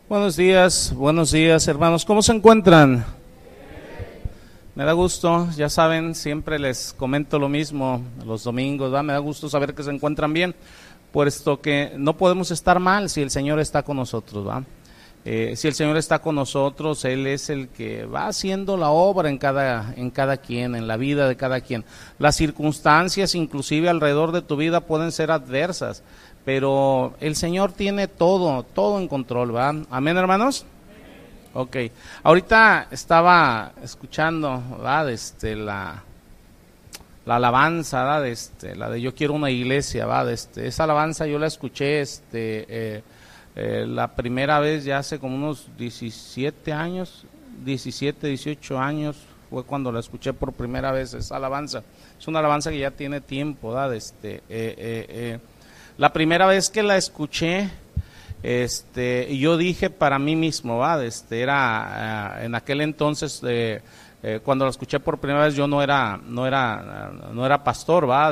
Buenos días hermanos, ¿cómo se encuentran? Me da gusto, ya saben, siempre les comento lo mismo los domingos, ¿va? Me da gusto saber que se encuentran bien, puesto que no podemos estar mal si el Señor está con nosotros, ¿va? Si el Señor está con nosotros, Él es el que va haciendo la obra en cada quien, en la vida de cada quien. Las circunstancias, inclusive alrededor de tu vida, pueden ser adversas, pero el Señor tiene todo en control, ¿va? Amén, hermanos. Ok, ahorita estaba escuchando, ¿verdad? La alabanza, ¿verdad? La de Yo quiero una iglesia, ¿verdad? Esa alabanza yo la escuché, la primera vez ya hace como unos 17 años, 18 años, fue cuando la escuché por primera vez, esa alabanza. Es una alabanza que ya tiene tiempo, ¿verdad? La primera vez que la escuché, yo dije para mí mismo, ¿va? Era en aquel entonces, cuando la escuché por primera vez, yo no era pastor, ¿va?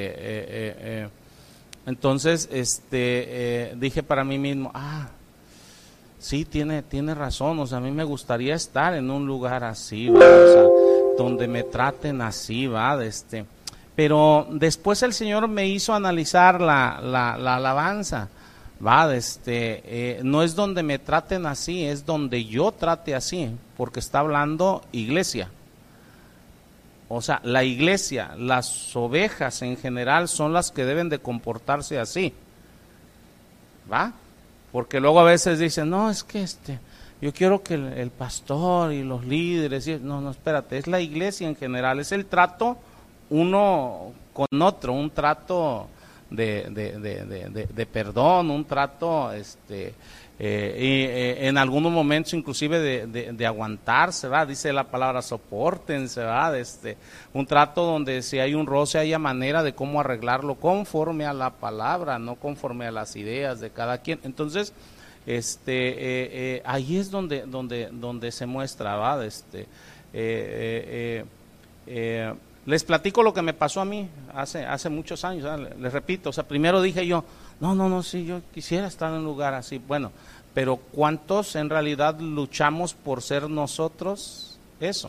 Entonces, dije para mí mismo, sí, tiene razón, o sea, a mí me gustaría estar en un lugar así, ¿va? O sea, donde me traten así, ¿va? Pero después el Señor me hizo analizar la alabanza, ¿va? No es donde me traten así, es donde yo trate así, porque está hablando iglesia. O sea, la iglesia, las ovejas en general son las que deben de comportarse así, ¿va? Porque luego a veces dicen, no, es que yo quiero que el pastor y los líderes, no, espérate, es la iglesia en general, es el trato uno con otro, un trato de perdón, un trato en algunos momentos inclusive de aguantarse, ¿verdad? Dice la palabra sopórtense, ¿verdad? Un trato donde si hay un roce haya manera de cómo arreglarlo conforme a la palabra, no conforme a las ideas de cada quien. Entonces ahí es donde se muestra, ¿verdad? Les platico lo que me pasó a mí hace muchos años, ¿verdad? Les repito, o sea, primero dije yo, no, sí, yo quisiera estar en un lugar así, bueno, pero ¿cuántos en realidad luchamos por ser nosotros eso?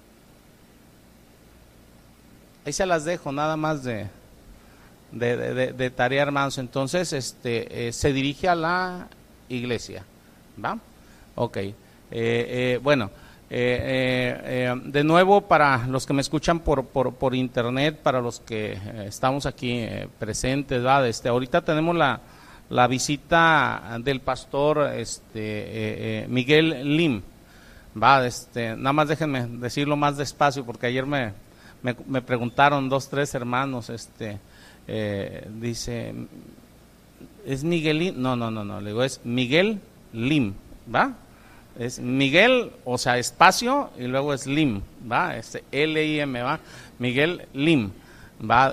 Ahí se las dejo, nada más de tarea, hermanos. Entonces, se dirige a la iglesia, ¿va? Ok, bueno. De nuevo, para los que me escuchan por internet, para los que estamos aquí presentes, ¿verdad? Ahorita tenemos la visita del pastor Miguel Lim, ¿va? Nada más déjenme decirlo más despacio porque ayer me preguntaron 2-3 hermanos, dice, ¿es Miguel Lim? No, le digo, es Miguel Lim, ¿va? Es Miguel, o sea, espacio, y luego es Lim, ¿va? L-I-M, ¿va? Miguel Lim, ¿va?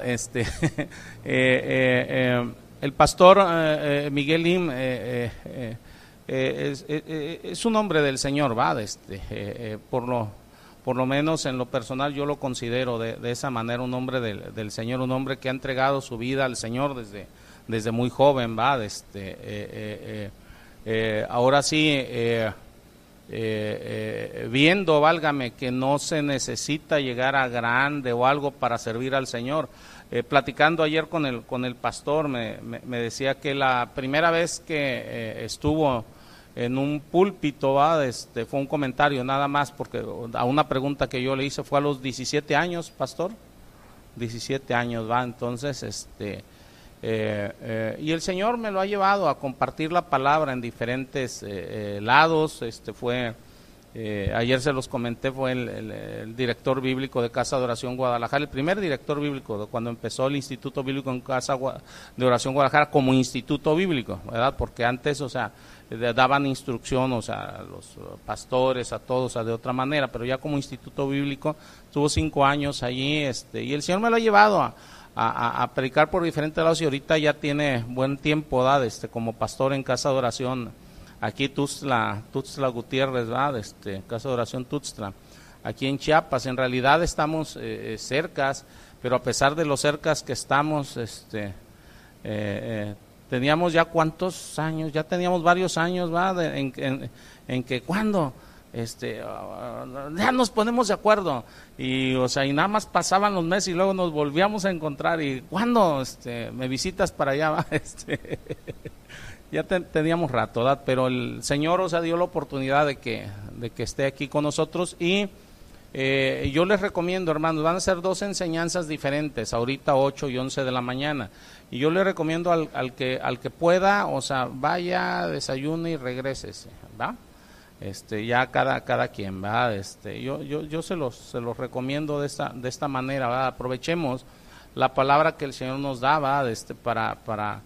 El pastor Miguel Lim es un hombre del Señor, ¿va? Por lo menos en lo personal yo lo considero de esa manera, un hombre del Señor, un hombre que ha entregado su vida al Señor desde muy joven, ¿va? Ahora sí, viendo, válgame, que no se necesita llegar a grande o algo para servir al Señor. Platicando ayer con el pastor, me decía que la primera vez que estuvo en un púlpito, ¿va? Fue un comentario nada más, porque a una pregunta que yo le hice fue a los 17 años, pastor, 17 años, ¿va? Entonces, y el Señor me lo ha llevado a compartir la palabra en diferentes lados. Ayer se los comenté, fue el director bíblico de Casa de Oración Guadalajara, el primer director bíblico cuando empezó el Instituto Bíblico en Casa de Oración Guadalajara como instituto bíblico, ¿verdad? Porque antes, o sea, daban instrucción, o sea, a los pastores, a todos, o sea, de otra manera, pero ya como instituto bíblico estuvo 5 años allí, y el Señor me lo ha llevado a predicar por diferentes lados, y ahorita ya tiene buen tiempo, ¿verdad? Como pastor en Casa de Oración aquí Tuxtla Gutiérrez, ¿verdad? Casa de Oración Tuxtla, aquí en Chiapas. En realidad estamos cercas, pero a pesar de lo cercas que estamos, teníamos ya cuántos años, ya teníamos varios años, ¿va? En que cuando ya nos ponemos de acuerdo, y o sea, y nada más pasaban los meses y luego nos volvíamos a encontrar, y cuando me visitas para allá, ¿va? Ya teníamos rato, ¿verdad? Pero el Señor, o sea, dio la oportunidad de que esté aquí con nosotros, y yo les recomiendo, hermanos, van a ser 2 enseñanzas diferentes, ahorita 8 y 11 de la mañana, y yo les recomiendo al que pueda, o sea, vaya, desayune y regrésese, ¿va? Ya cada quien, ¿va? Yo se los recomiendo de esta manera, ¿va? Aprovechemos la palabra que el Señor nos da, ¿va? Para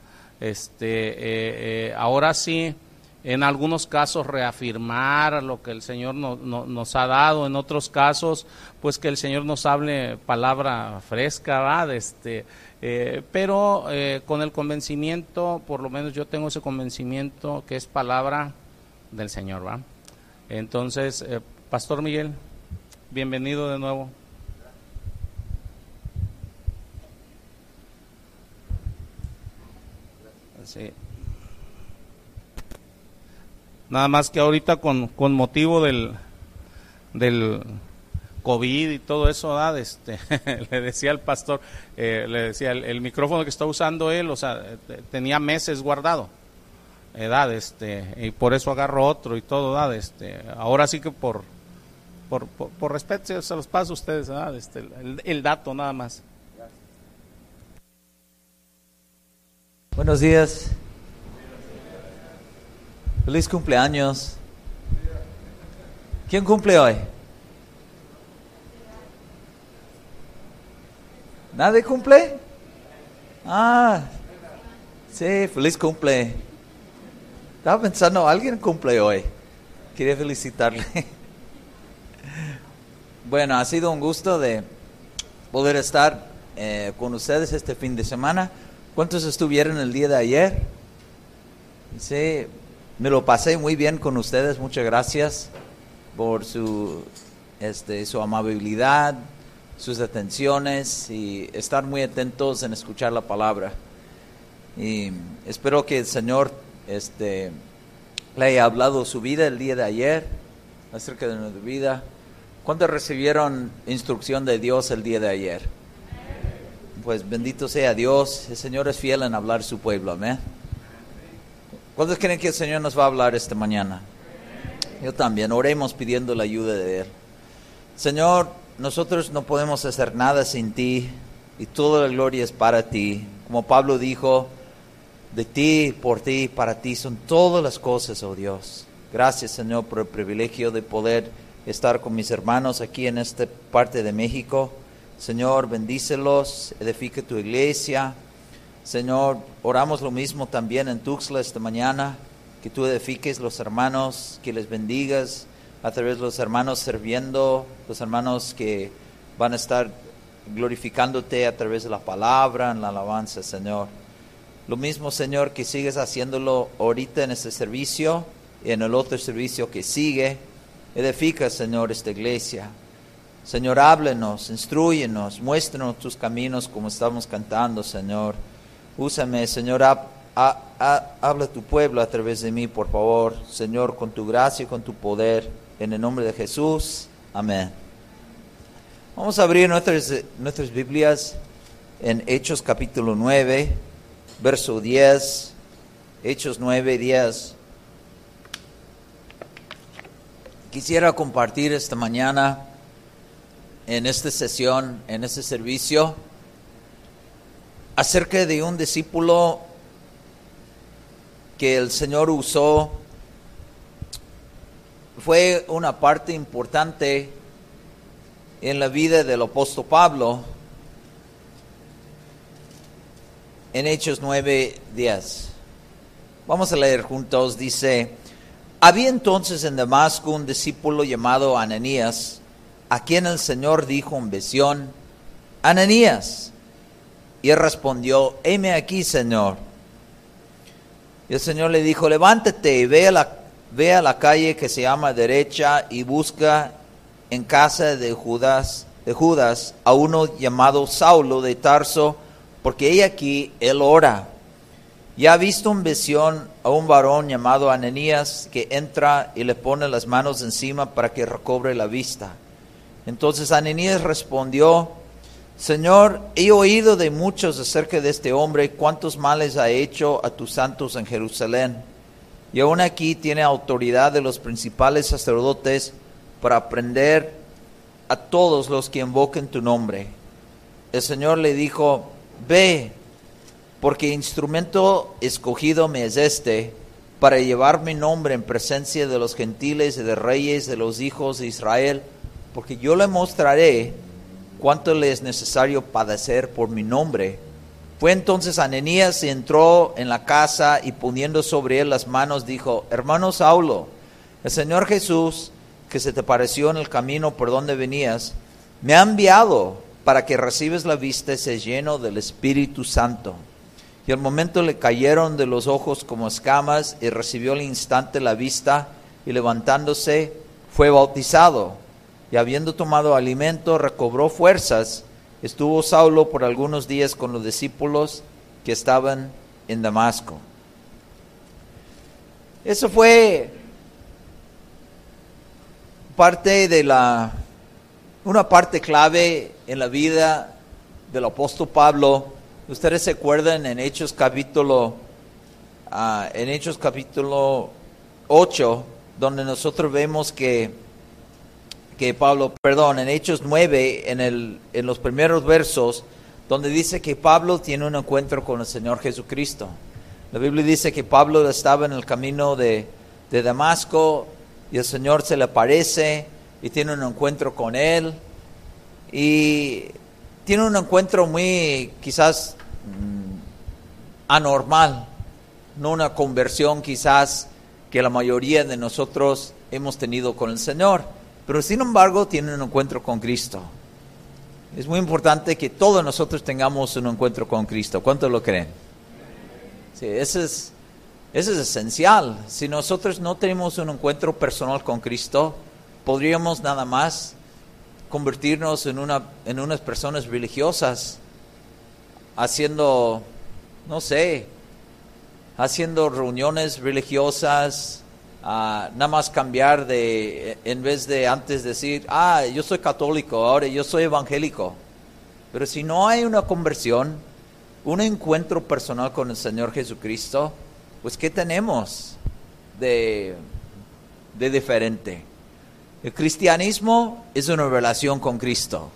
ahora sí, en algunos casos reafirmar lo que el Señor nos ha dado, en otros casos pues que el Señor nos hable palabra fresca, ¿va? Pero con el convencimiento, por lo menos yo tengo ese convencimiento que es palabra del Señor, ¿va? Entonces, Pastor Miguel, bienvenido de nuevo. Sí. Nada más que ahorita con motivo del COVID y todo eso, ¿verdad? Le decía al pastor, le decía, el micrófono que está usando él, o sea, tenía meses guardado, edad, y por eso agarro otro y todo, ¿verdad? Ahora sí que por respeto se los paso a ustedes, ¿verdad? El dato nada más. Buenos días. Feliz cumpleaños. ¿Quién cumple hoy? ¿Nadie cumple? Ah, sí, feliz cumple. Estaba pensando, alguien cumple hoy. Quería felicitarle. Bueno, ha sido un gusto de poder estar con ustedes este fin de semana. ¿Cuántos estuvieron el día de ayer? Sí, me lo pasé muy bien con ustedes. Muchas gracias por su amabilidad, sus atenciones y estar muy atentos en escuchar la palabra. Y espero que el Señor le haya hablado su vida el día de ayer, acerca de nuestra vida. ¿Cuántos recibieron instrucción de Dios el día de ayer? Pues bendito sea Dios, el Señor es fiel en hablar a su pueblo, amén. ¿Cuántos creen que el Señor nos va a hablar esta mañana? Yo también, oremos pidiendo la ayuda de Él. Señor, nosotros no podemos hacer nada sin Ti, y toda la gloria es para Ti. Como Pablo dijo, de Ti, para Ti son todas las cosas, oh Dios. Gracias, Señor, por el privilegio de poder estar con mis hermanos aquí en esta parte de México. Señor, bendícelos, edifica tu iglesia. Señor, oramos lo mismo también en Tuxtla esta mañana, que tú edifiques los hermanos, que les bendigas a través de los hermanos sirviendo, los hermanos que van a estar glorificándote a través de la palabra, en la alabanza, Señor. Lo mismo, Señor, que sigues haciéndolo ahorita en este servicio y en el otro servicio que sigue. Edifica, Señor, esta iglesia. Señor, háblenos, instrúyenos, muéstranos tus caminos como estamos cantando, Señor. Úsame, Señor, habla a tu pueblo a través de mí, por favor. Señor, con tu gracia y con tu poder, en el nombre de Jesús. Amén. Vamos a abrir nuestras Biblias en Hechos capítulo 9, verso 10. Hechos 9, 10. Quisiera compartir esta mañana en esta sesión, en este servicio, acerca de un discípulo que el Señor usó. Fue una parte importante en la vida del apóstol Pablo. En Hechos 9:10. Vamos a leer juntos. Dice: había entonces en Damasco un discípulo llamado Ananías, a quien el Señor dijo en visión: Ananías. Y él respondió: heme aquí, Señor. Y el Señor le dijo: levántate y ve a la calle que se llama Derecha y busca en casa de Judas a uno llamado Saulo de Tarso, porque he aquí él ora. y ha visto en visión a un varón llamado Ananías que entra y le pone las manos encima para que recobre la vista. Entonces Ananías respondió: Señor, he oído de muchos acerca de este hombre, cuántos males ha hecho a tus santos en Jerusalén. Y aún aquí tiene autoridad de los principales sacerdotes para prender a todos los que invoquen tu nombre. El Señor le dijo: ve, porque instrumento escogido me es este, para llevar mi nombre en presencia de los gentiles y de reyes de los hijos de Israel, porque yo le mostraré cuánto le es necesario padecer por mi nombre. Fue entonces Ananías y entró en la casa, y poniendo sobre él las manos dijo: Hermano Saulo, el Señor Jesús, que se te pareció en el camino por donde venías, me ha enviado para que recibes la vista y seas lleno del Espíritu Santo. Y al momento le cayeron de los ojos como escamas, y recibió al instante la vista, y levantándose fue bautizado. Y habiendo tomado alimento, recobró fuerzas. Estuvo Saulo por algunos días con los discípulos que estaban en Damasco. Eso fue parte de una parte clave en la vida del apóstol Pablo. Ustedes se acuerdan en Hechos capítulo 8, donde nosotros vemos que Pablo, en Hechos 9, en los primeros versos, donde dice que Pablo tiene un encuentro con el Señor Jesucristo. La Biblia dice que Pablo estaba en el camino de Damasco, y el Señor se le aparece y tiene un encuentro con él, y tiene un encuentro muy quizás anormal, no una conversión quizás que la mayoría de nosotros hemos tenido con el Señor, pero sin embargo tiene un encuentro con Cristo. Es muy importante que todos nosotros tengamos un encuentro con Cristo. ¿Cuántos lo creen? Sí, eso es esencial. Si nosotros no tenemos un encuentro personal con Cristo, podríamos nada más convertirnos en unas personas religiosas, haciendo reuniones religiosas, nada más cambiar en vez de antes decir, yo soy católico, ahora yo soy evangélico. Pero si no hay una conversión, un encuentro personal con el Señor Jesucristo, pues ¿qué tenemos de diferente? El cristianismo es una relación con Cristo.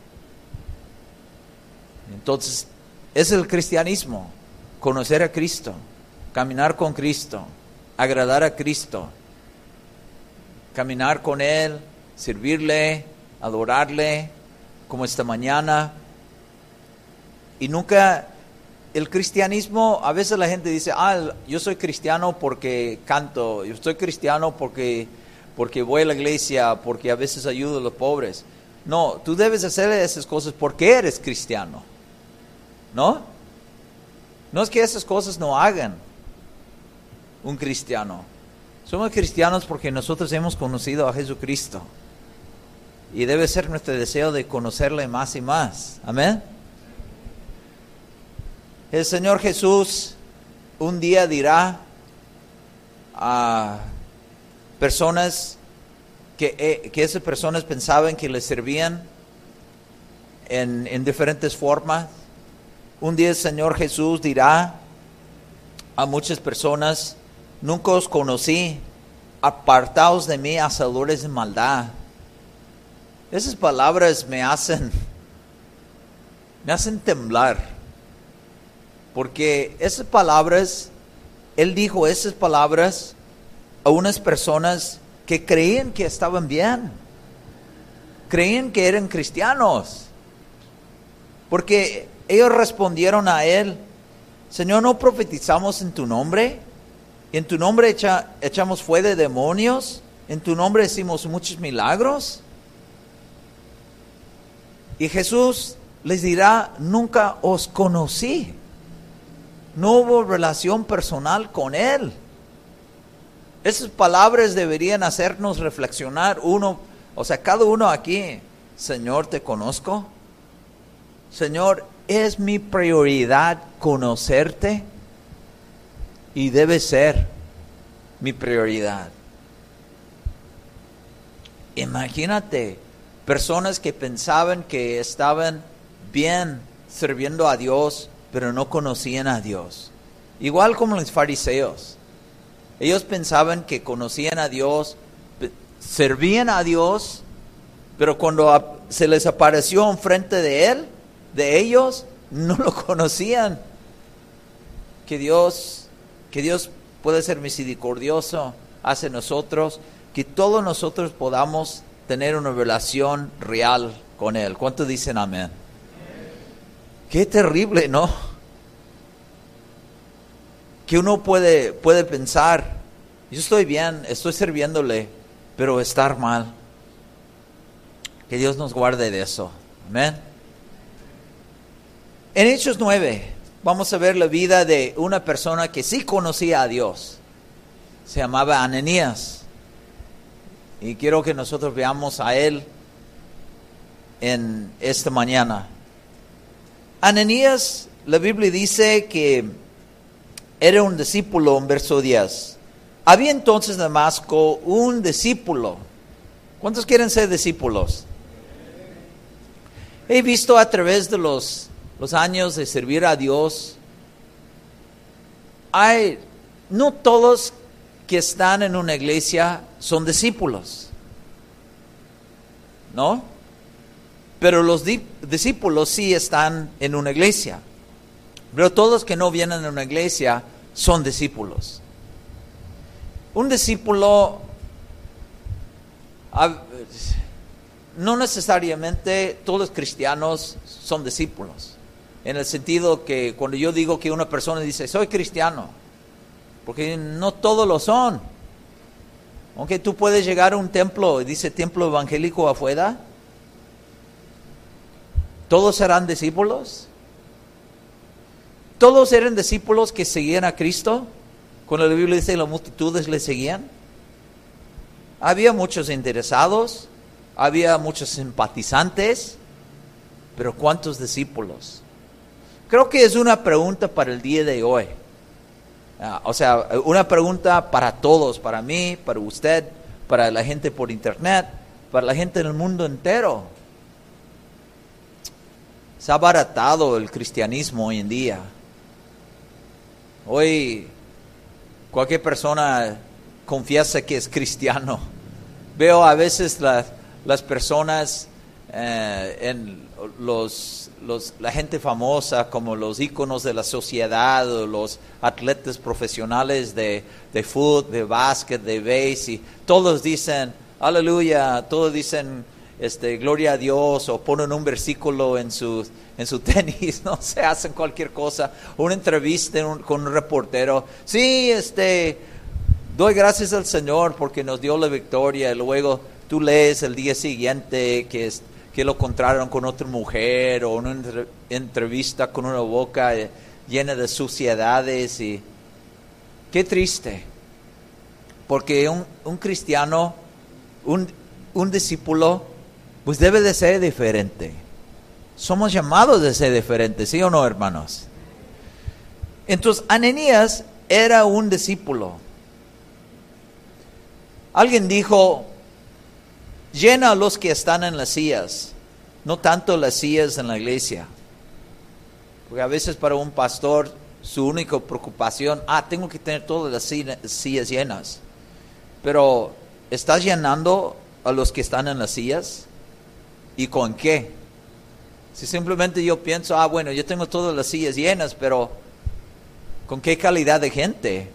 Entonces, es el cristianismo: conocer a Cristo, caminar con Cristo, agradar a Cristo, caminar con Él, servirle, adorarle, como esta mañana. Y nunca, el cristianismo, a veces la gente dice, yo soy cristiano porque canto, yo soy cristiano porque voy a la iglesia, porque a veces ayudo a los pobres. No, tú debes hacer esas cosas porque eres cristiano, ¿no? No es que esas cosas no hagan un cristiano. Somos cristianos porque nosotros hemos conocido a Jesucristo, y debe ser nuestro deseo de conocerle más y más. Amén. El Señor Jesús un día dirá a personas que esas personas pensaban que le servían en diferentes formas. Un día el Señor Jesús dirá a muchas personas: nunca os conocí, apartaos de mí, hacedores de maldad. Esas palabras me hacen temblar, porque esas palabras, Él dijo esas palabras a unas personas que creían que estaban bien, creían que eran cristianos, porque ellos respondieron a Él: Señor, ¿no profetizamos en tu nombre? ¿En tu nombre echamos fuera de demonios? ¿En tu nombre hicimos muchos milagros? Y Jesús les dirá: nunca os conocí. No hubo relación personal con Él. Esas palabras deberían hacernos reflexionar cada uno aquí: Señor, ¿te conozco? Señor, ¿es mi prioridad conocerte? y debe ser mi prioridad. Imagínate, personas que pensaban que estaban bien sirviendo a Dios, pero no conocían a Dios. Igual como los fariseos. Ellos pensaban que conocían a Dios, servían a Dios, pero cuando se les apareció enfrente de ellos, no lo conocían. Que Dios puede ser misericordioso hacia nosotros, que todos nosotros podamos tener una relación real con Él. ¿Cuántos dicen amén? Qué terrible, ¿no? Que uno puede pensar, yo estoy bien, estoy sirviéndole, pero estar mal. Que Dios nos guarde de eso. Amén. En Hechos 9 vamos a ver la vida de una persona que sí conocía a Dios. Se llamaba Ananías. Y quiero que nosotros veamos a él en esta mañana. Ananías, la Biblia dice que era un discípulo en verso 10. Había entonces en Damasco un discípulo. ¿Cuántos quieren ser discípulos? He visto a través de los años de servir a Dios, no todos que están en una iglesia son discípulos, ¿no? Pero los discípulos sí están en una iglesia. Pero todos los que no vienen a una iglesia son discípulos. Un discípulo, no necesariamente todos los cristianos son discípulos. En el sentido que cuando yo digo que una persona dice, soy cristiano, porque no todos lo son. Aunque tú puedes llegar a un templo, dice templo evangélico afuera, ¿todos serán discípulos? ¿Todos eran discípulos que seguían a Cristo? Cuando la Biblia dice las multitudes le seguían. Había muchos interesados, había muchos simpatizantes, pero ¿cuántos discípulos? Creo que es una pregunta para el día de hoy. O sea, una pregunta para todos, para mí, para usted, para la gente por internet, para la gente en el mundo entero. Se ha abaratado el cristianismo hoy en día. Hoy cualquier persona confiesa que es cristiano. Veo a veces las personas en la gente famosa, como los íconos de la sociedad, o los atletas profesionales de fútbol, de básquet, de base, y todos dicen aleluya, todos dicen gloria a Dios, o ponen un versículo en su tenis, no sé, hacen cualquier cosa, una entrevista con un reportero, sí, doy gracias al Señor porque nos dio la victoria, y luego tú lees el día siguiente que lo encontraron con otra mujer, o una entrevista con una boca llena de suciedades, y qué triste, porque un cristiano, un discípulo, pues debe de ser diferente. Somos llamados de ser diferentes, ¿sí o no, hermanos? Entonces, Ananías era un discípulo. Alguien dijo, llena a los que están en las sillas, no tanto las sillas en la iglesia. Porque a veces para un pastor su única preocupación, tengo que tener todas las sillas llenas. Pero, ¿estás llenando a los que están en las sillas? ¿Y con qué? Si simplemente yo pienso, bueno, yo tengo todas las sillas llenas, pero ¿con qué calidad de gente?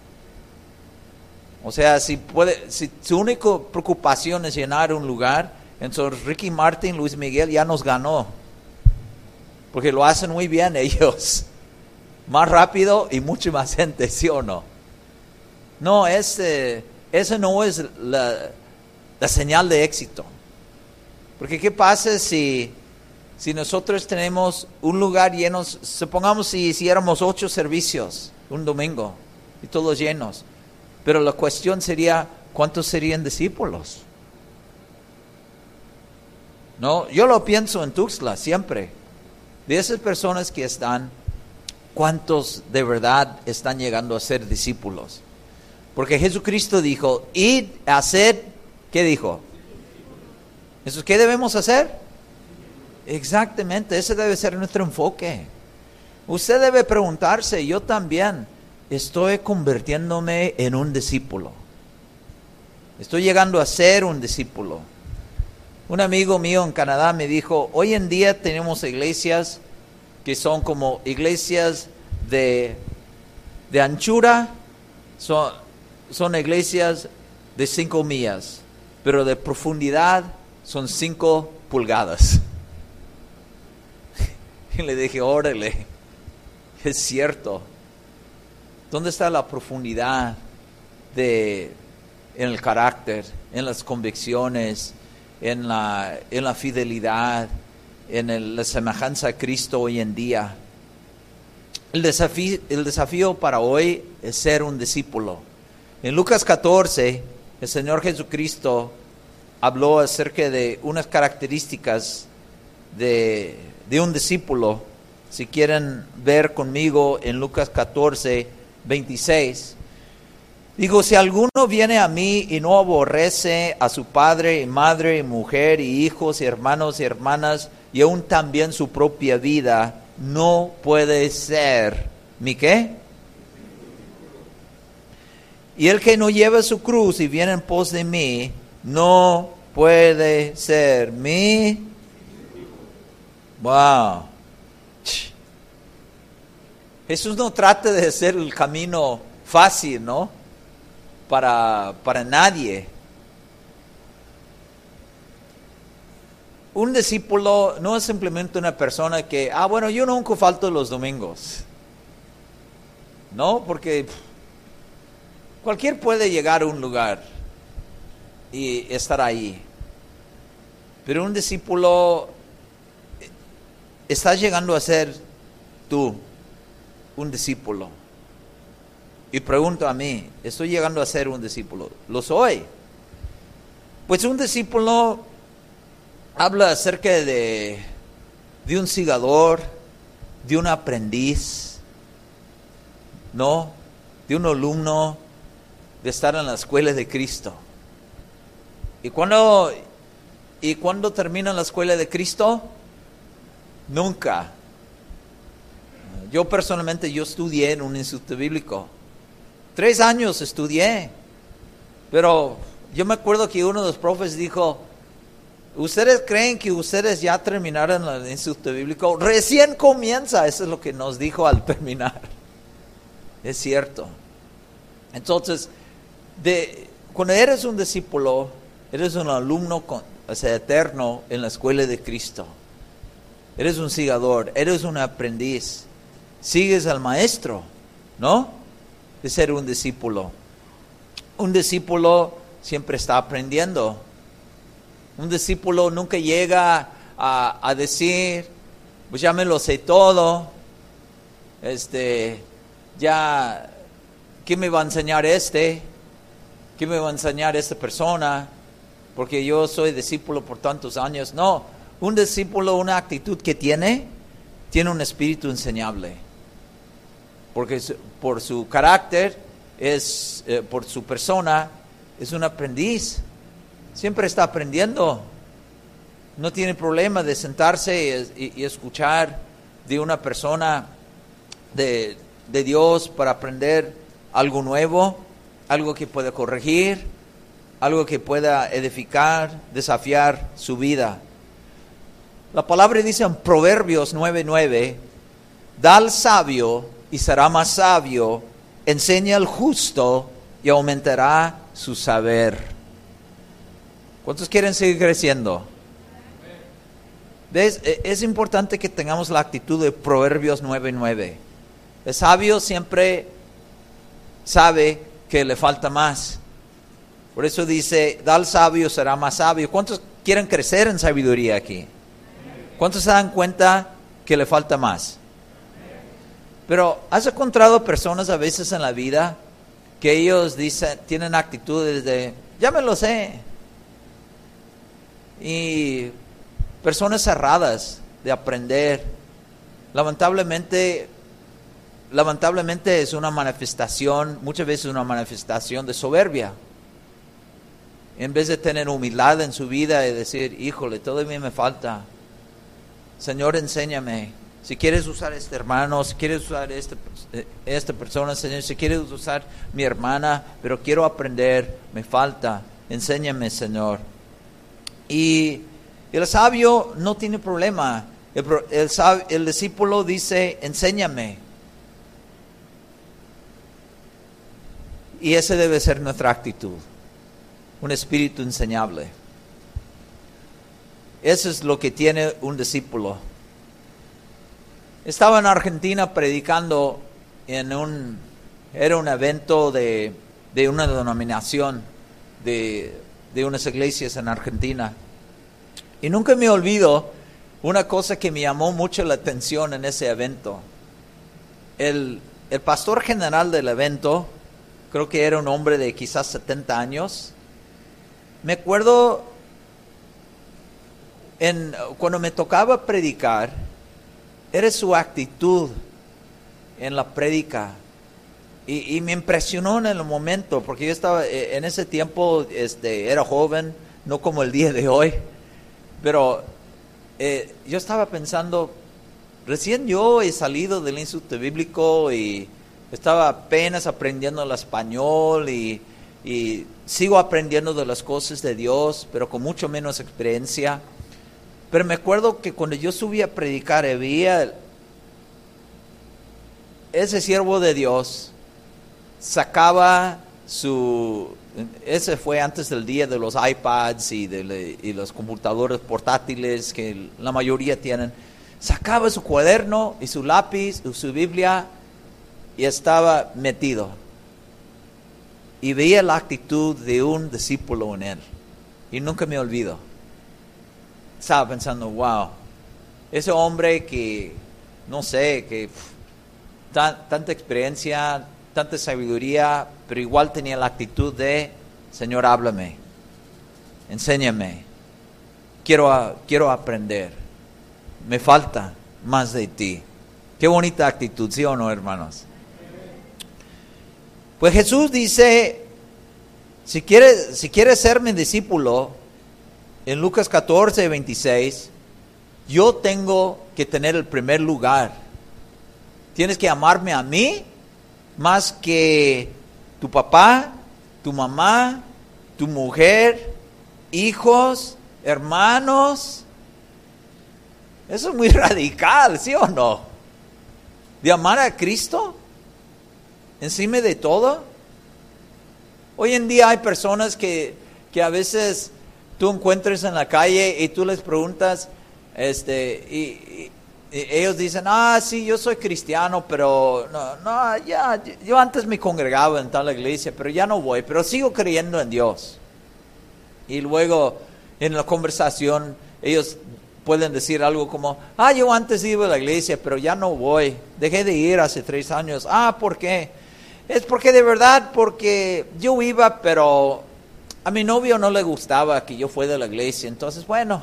O sea, si su única preocupación es llenar un lugar, entonces Ricky Martin, Luis Miguel ya nos ganó. Porque lo hacen muy bien ellos. Más rápido y mucha más gente, ¿sí o no? No, esa no es la señal de éxito. Porque ¿qué pasa si nosotros tenemos un lugar lleno? Supongamos si hiciéramos 8 servicios un domingo y todos llenos. Pero la cuestión sería, ¿cuántos serían discípulos? No, yo lo pienso en Tuxtla siempre. De esas personas que están ¿cuántos de verdad están llegando a ser discípulos? Porque Jesucristo dijo, id a hacer, ¿qué dijo? ¿Eso qué debemos hacer? Exactamente, ese debe ser nuestro enfoque. Usted debe preguntarse, yo también, ¿estoy convirtiéndome en un discípulo? ¿Estoy llegando a ser un discípulo? Un amigo mío en Canadá me dijo, hoy en día tenemos iglesias que son como iglesias de anchura, son iglesias de 5 millas, pero de profundidad son 5 pulgadas. Y le dije, órale, es cierto. ¿Dónde está la profundidad en el carácter, en las convicciones, en la fidelidad, en la semejanza a Cristo hoy en día? El desafío para hoy es ser un discípulo. En Lucas 14, el Señor Jesucristo habló acerca de unas características de un discípulo. Si quieren ver conmigo en Lucas 14, 26. Digo, si alguno viene a mí y no aborrece a su padre y madre y mujer y hijos y hermanos y hermanas y aún también su propia vida, no puede ser ¿mi qué? Y el que no lleva su cruz y viene en pos de mí, no puede ser mi. Wow. Jesús no trata de hacer el camino fácil, ¿no? Para nadie. Un discípulo no es simplemente una persona que, bueno, yo nunca falto los domingos. No, porque cualquier puede llegar a un lugar y estar ahí. Pero un discípulo, estás llegando a ser tú un discípulo. Y pregunto a mí, ¿estoy llegando a ser un discípulo? ¿Lo soy? Pues un discípulo habla acerca de un segador, de un aprendiz, ¿no? De un alumno, de estar en la escuela de Cristo. ¿Y cuándo termina la escuela de Cristo? Nunca. Yo personalmente, yo estudié en un instituto bíblico. 3 años estudié. Pero yo me acuerdo que uno de los profes dijo, ¿ustedes creen que ustedes ya terminaron el instituto bíblico? Recién comienza. Eso es lo que nos dijo al terminar. Es cierto. Entonces, cuando eres un discípulo, eres un alumno eterno en la escuela de Cristo. Eres un segador, eres un aprendiz. Sigues al maestro, ¿no? De ser un discípulo. Un discípulo siempre está aprendiendo. Un discípulo nunca llega a decir, pues ya me lo sé todo. Ya, ¿qué me va a enseñar ¿Qué me va a enseñar esta persona? Porque yo soy discípulo por tantos años. No, un discípulo, una actitud que tiene un espíritu enseñable. Porque por su carácter, por su persona, es un aprendiz. Siempre está aprendiendo. No tiene problema de sentarse y escuchar de una persona de Dios para aprender algo nuevo, algo que pueda corregir, algo que pueda edificar, desafiar su vida. La palabra dice en Proverbios 9:9, da al sabio y será más sabio, enseña al justo y aumentará su saber. ¿Cuántos quieren seguir creciendo? ¿Ves? Es importante que tengamos la actitud de Proverbios 9:9. El sabio siempre sabe que le falta más. Por eso dice, da al sabio, será más sabio. ¿Cuántos quieren crecer en sabiduría aquí? ¿Cuántos se dan cuenta que le falta más? Pero ¿has encontrado personas a veces en la vida que ellos tienen actitudes de, ya me lo sé? Y personas cerradas de aprender. Lamentablemente, lamentablemente es una manifestación, muchas veces una manifestación de soberbia. En vez de tener humildad en su vida y decir, híjole, todavía me falta. Señor, enséñame. Si quieres usar a este hermano, si quieres usar esta persona, Señor, si quieres usar mi hermana, pero quiero aprender, me falta. Enséñame, Señor. Y el sabio no tiene problema. El discípulo dice, enséñame. Y esa debe ser nuestra actitud. Un espíritu enseñable. Eso es lo que tiene un discípulo. Estaba en Argentina predicando era un evento de una denominación de unas iglesias en Argentina. Y nunca me olvido una cosa que me llamó mucho la atención en ese evento. El pastor general del evento, creo que era un hombre de quizás 70 años. Me acuerdo cuando me tocaba predicar, era su actitud en la prédica. Y me impresionó en el momento, porque yo estaba en ese tiempo, era joven, no como el día de hoy, pero yo estaba pensando, recién yo he salido del instituto bíblico y estaba apenas aprendiendo el español y sigo aprendiendo de las cosas de Dios, pero con mucho menos experiencia. Pero me acuerdo que cuando yo subí a predicar, había ese siervo de Dios, sacaba ese fue antes del día de los iPads y los computadores portátiles que la mayoría tienen, sacaba su cuaderno y su lápiz y su Biblia y estaba metido. Y veía la actitud de un discípulo en él. Y nunca me olvido. Estaba pensando, wow, ese hombre que, no sé, que tanta experiencia, tanta sabiduría, pero igual tenía la actitud de, Señor, háblame, enséñame, quiero aprender, me falta más de ti. Qué bonita actitud, ¿sí o no, hermanos? Pues Jesús dice, si quieres ser mi discípulo, en Lucas 14, 26, yo tengo que tener el primer lugar. Tienes que amarme a mí más que tu papá, tu mamá, tu mujer, hijos, hermanos. Eso es muy radical, ¿sí o no? De amar a Cristo encima de todo. Hoy en día hay personas que a veces tú encuentras en la calle y tú les preguntas, y ellos dicen, sí, yo soy cristiano, pero yo antes me congregaba en tal iglesia, pero ya no voy, pero sigo creyendo en Dios. Y luego en la conversación ellos pueden decir algo como, yo antes iba a la iglesia, pero ya no voy, dejé de ir hace 3 años. ¿Por qué? Es porque yo iba, pero a mi novio no le gustaba que yo fuera de la iglesia. Entonces, bueno,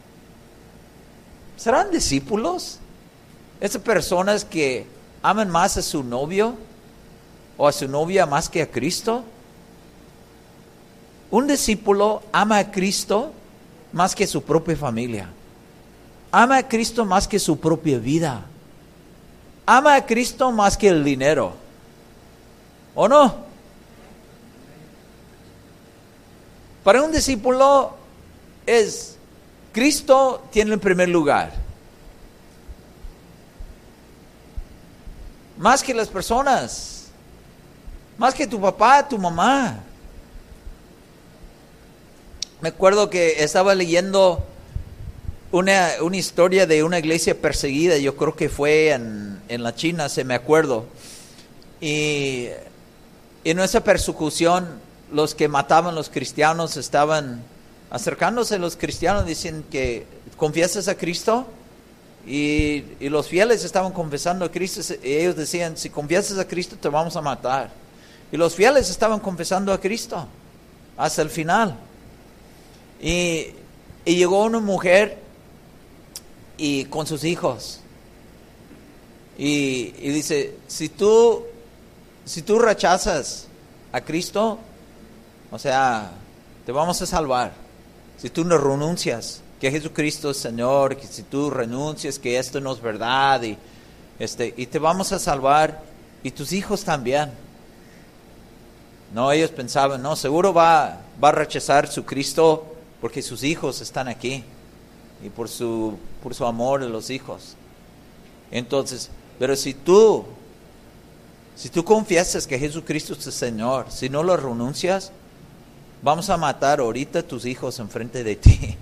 ¿serán discípulos? Esas personas que aman más a su novio o a su novia más que a Cristo. Un discípulo ama a Cristo más que su propia familia. Ama a Cristo más que su propia vida. Ama a Cristo más que el dinero. ¿O no? Para un discípulo Cristo tiene el primer lugar. Más que las personas. Más que tu papá, tu mamá. Me acuerdo que estaba leyendo una historia de una iglesia perseguida. Yo creo que fue en la China, me acuerdo. Y en esa persecución, los que mataban a los cristianos estaban acercándose a los cristianos, diciendo que ¿confiesas a Cristo? Y los fieles estaban confesando a Cristo, y ellos decían, si confiesas a Cristo te vamos a matar. Y los fieles estaban confesando a Cristo hasta el final. Y llegó una mujer y con sus hijos. Y dice, si tú rechazas a Cristo, o sea, te vamos a salvar. Si tú no renuncias que Jesucristo es Señor, que si tú renuncias que esto no es verdad, y te vamos a salvar, y tus hijos también. No, ellos pensaban, no, seguro va a rechazar su Cristo porque sus hijos están aquí, y por su amor a los hijos. Entonces, pero si tú confiesas que Jesucristo es el Señor, si no lo renuncias, vamos a matar ahorita a tus hijos enfrente de ti.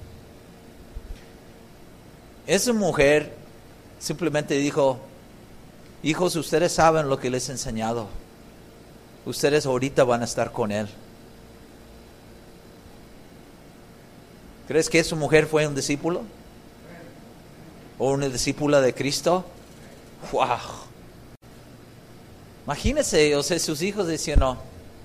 Esa mujer simplemente dijo, hijos, ustedes saben lo que les he enseñado. Ustedes ahorita van a estar con Él. ¿Crees que esa mujer fue un discípulo? ¿O una discípula de Cristo? ¡Wow! Imagínense, o sea, sus hijos decían, no,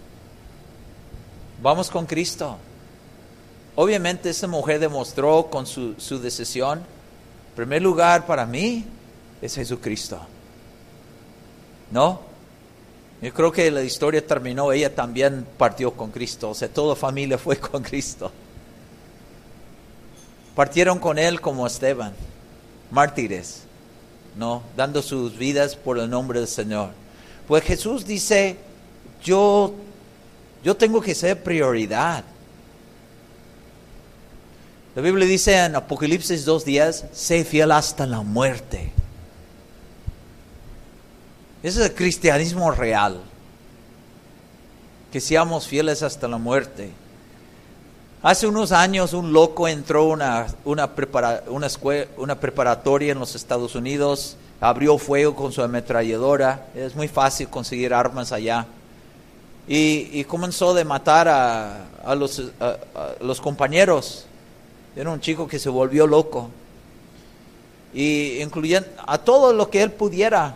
vamos con Cristo. Obviamente esa mujer demostró con su decisión, en primer lugar para mí es Jesucristo. ¿No? Yo creo que la historia terminó, ella también partió con Cristo, o sea, toda familia fue con Cristo. Partieron con Él como Esteban, mártires, ¿no? Dando sus vidas por el nombre del Señor. Pues Jesús dice, yo tengo que ser prioridad. La Biblia dice en Apocalipsis 2:10, sé fiel hasta la muerte. Ese es el cristianismo real. Que seamos fieles hasta la muerte. Hace unos años un loco entró a una preparatoria en los Estados Unidos, abrió fuego con su ametralladora. Es muy fácil conseguir armas allá. Y comenzó a matar a los compañeros. Era un chico que se volvió loco. Y incluyendo a todo lo que él pudiera.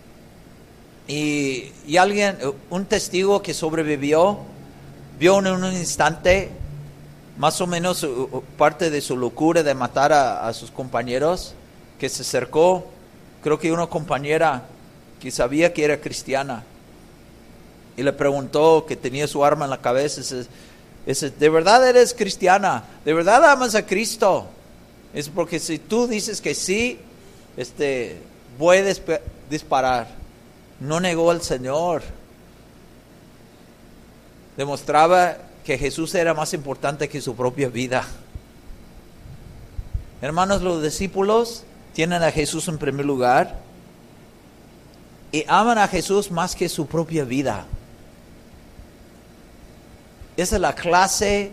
Y un testigo que sobrevivió, vio en un instante más o menos parte de su locura de matar a sus compañeros, que se acercó, creo que una compañera que sabía que era cristiana, y le preguntó, que tenía su arma en la cabeza, dice, ¿de verdad eres cristiana? ¿De verdad amas a Cristo? Es porque si tú dices que sí, voy a disparar. No negó al Señor. Demostraba que Jesús era más importante que su propia vida. Hermanos, los discípulos tienen a Jesús en primer lugar y aman a Jesús más que su propia vida. Esa es la clase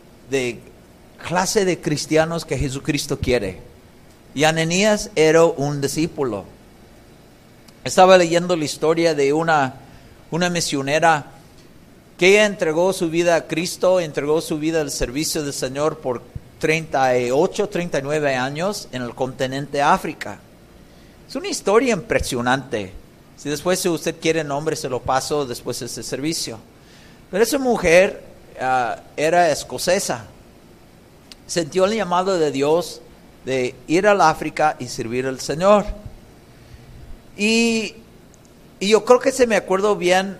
de cristianos que Jesucristo quiere. Y Ananías era un discípulo. Estaba leyendo la historia de una misionera que ella entregó su vida a Cristo, entregó su vida al servicio del Señor por 38, 39 años en el continente África. Es una historia impresionante. Si después usted quiere nombre, se lo paso después de ese servicio. Pero esa mujer era escocesa. Sintió el llamado de Dios de ir al África y servir al Señor. Y yo creo que se me acuerdo bien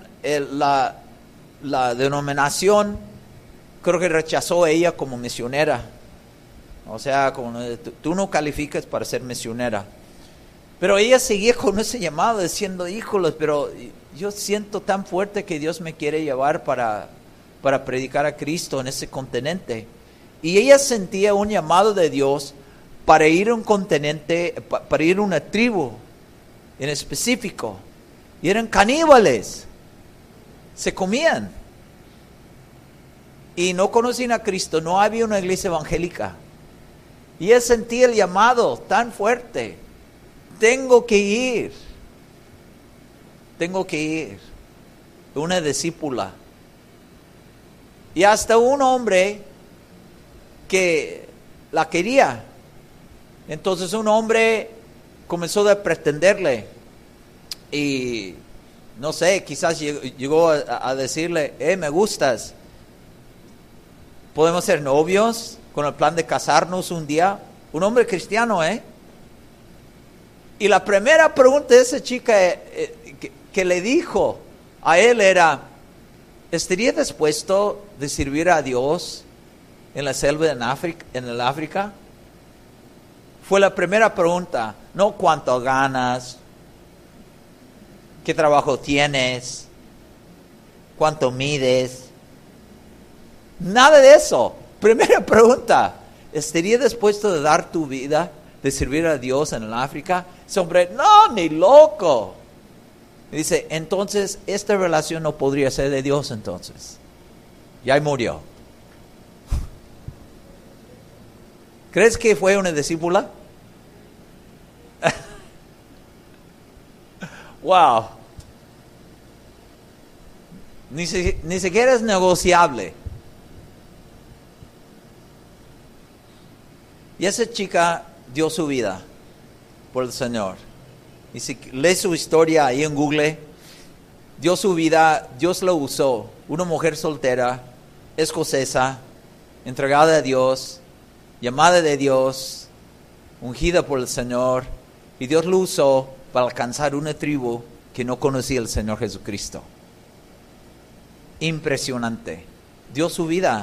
la denominación, creo que rechazó ella como misionera. O sea, como tú no calificas para ser misionera. Pero ella seguía con ese llamado diciendo, híjoles, pero yo siento tan fuerte que Dios me quiere llevar para predicar a Cristo en ese continente. Y ella sentía un llamado de Dios para ir a un continente, para ir a una tribu en específico. Y eran caníbales. Se comían. Y no conocían a Cristo. No había una iglesia evangélica. Y ella sentía el llamado tan fuerte. Tengo que ir. Tengo que ir. Una discípula. Y hasta un hombre que la quería. Entonces un hombre comenzó a pretenderle. Y no sé, quizás llegó a decirle, me gustas. Podemos ser novios con el plan de casarnos un día. Un hombre cristiano, Y la primera pregunta de esa chica que le dijo a él era, ¿estaría dispuesto de servir a Dios en la selva en el África? Fue la primera pregunta, no cuánto ganas, qué trabajo tienes, cuánto mides, nada de eso. Primera pregunta, ¿estaría dispuesto de dar tu vida, de servir a Dios en el África? Ese hombre, no, ni loco. Y dice, entonces esta relación no podría ser de Dios entonces. Y ahí murió. ¿Crees que fue una discípula? Wow. Ni siquiera es negociable. Y esa chica dio su vida por el Señor. Y si lee su historia ahí en Google, dio su vida, Dios la usó. Una mujer soltera, escocesa, entregada a Dios, llamada de Dios, ungida por el Señor. Y Dios lo usó para alcanzar una tribu que no conocía al Señor Jesucristo. Impresionante. Dio su vida.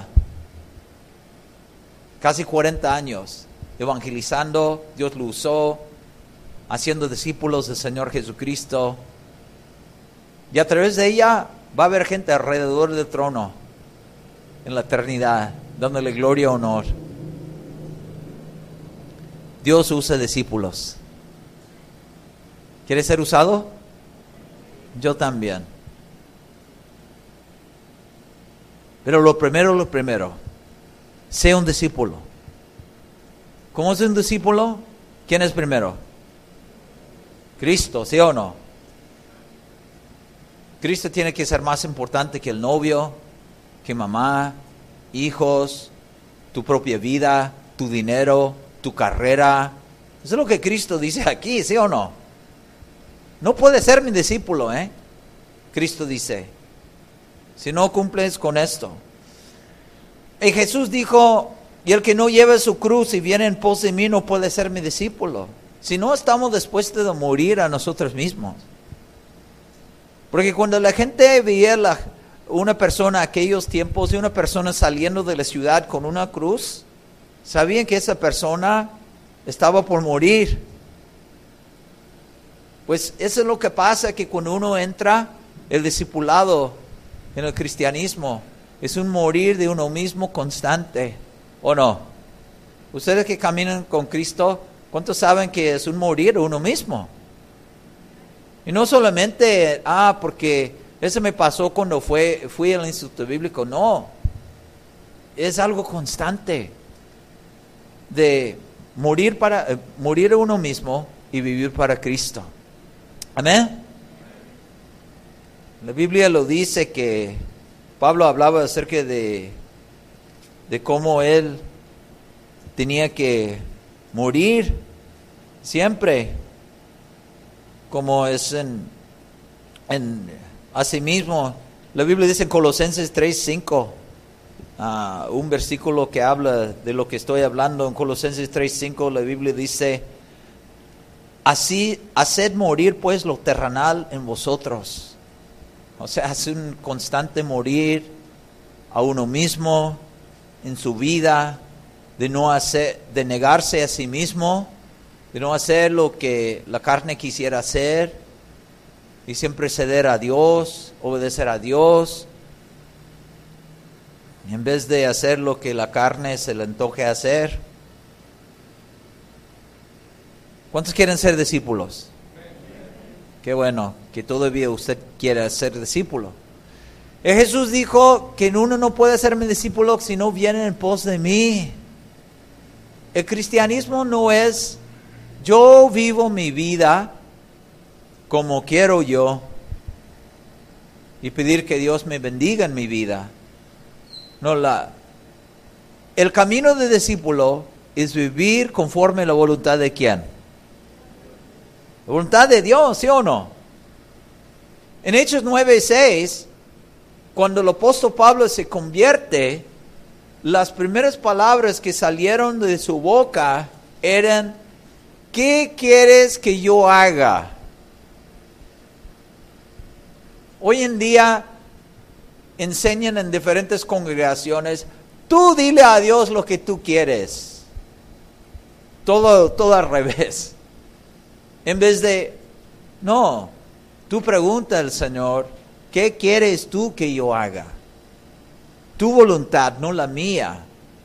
Casi 40 años evangelizando. Dios lo usó, haciendo discípulos del Señor Jesucristo. Y a través de ella va a haber gente alrededor del trono en la eternidad, dándole gloria y honor. Dios usa discípulos. ¿Quieres ser usado? Yo también. Pero lo primero, sea un discípulo. ¿Cómo es un discípulo? ¿Quién es primero? Cristo, ¿sí o no? Cristo tiene que ser más importante que el novio, que mamá, hijos, tu propia vida, tu dinero, tu carrera. Eso es lo que Cristo dice aquí, ¿sí o no? No puedes ser mi discípulo, Cristo dice, si no cumples con esto. Y Jesús dijo, y el que no lleve su cruz y viene en pos de mí no puede ser mi discípulo. Si no estamos dispuestos a morir a nosotros mismos. Porque cuando la gente veía una persona en aquellos tiempos, de una persona saliendo de la ciudad con una cruz, sabían que esa persona estaba por morir. Pues eso es lo que pasa, que cuando uno entra el discipulado en el cristianismo, es un morir de uno mismo constante, ¿o no? Ustedes que caminan con Cristo, ¿cuántos saben que es un morir de uno mismo? Y no solamente, porque eso me pasó cuando fui al instituto bíblico, no. Es algo constante de morir de uno mismo y vivir para Cristo. Amén. La Biblia lo dice, que Pablo hablaba acerca de cómo él tenía que morir siempre, como es en asimismo. La Biblia dice en Colosenses 3:5, un versículo que habla de lo que estoy hablando. En Colosenses 3:5 la Biblia dice, así haced morir pues lo terrenal en vosotros. O sea, es un constante morir a uno mismo en su vida, de negarse a sí mismo, de no hacer lo que la carne quisiera hacer, y siempre ceder a Dios, obedecer a Dios, en vez de hacer lo que la carne se le antoje hacer. ¿Cuántos quieren ser discípulos? Qué bueno que todavía usted quiera ser discípulo. Y Jesús dijo que uno no puede ser mi discípulo si no viene en pos de mí. El cristianismo no es yo vivo mi vida como quiero yo y pedir que Dios me bendiga en mi vida. No, el camino de discípulo es vivir conforme a la voluntad de ¿quién? La voluntad de Dios, ¿sí o no? En Hechos 9:6, cuando el apóstol Pablo se convierte, las primeras palabras que salieron de su boca eran ¿qué quieres que yo haga? Hoy en día enseñan en diferentes congregaciones, tú dile a Dios lo que tú quieres. Todo al revés. En vez de, no, tú pregunta al Señor, ¿qué quieres tú que yo haga? Tu voluntad, no la mía.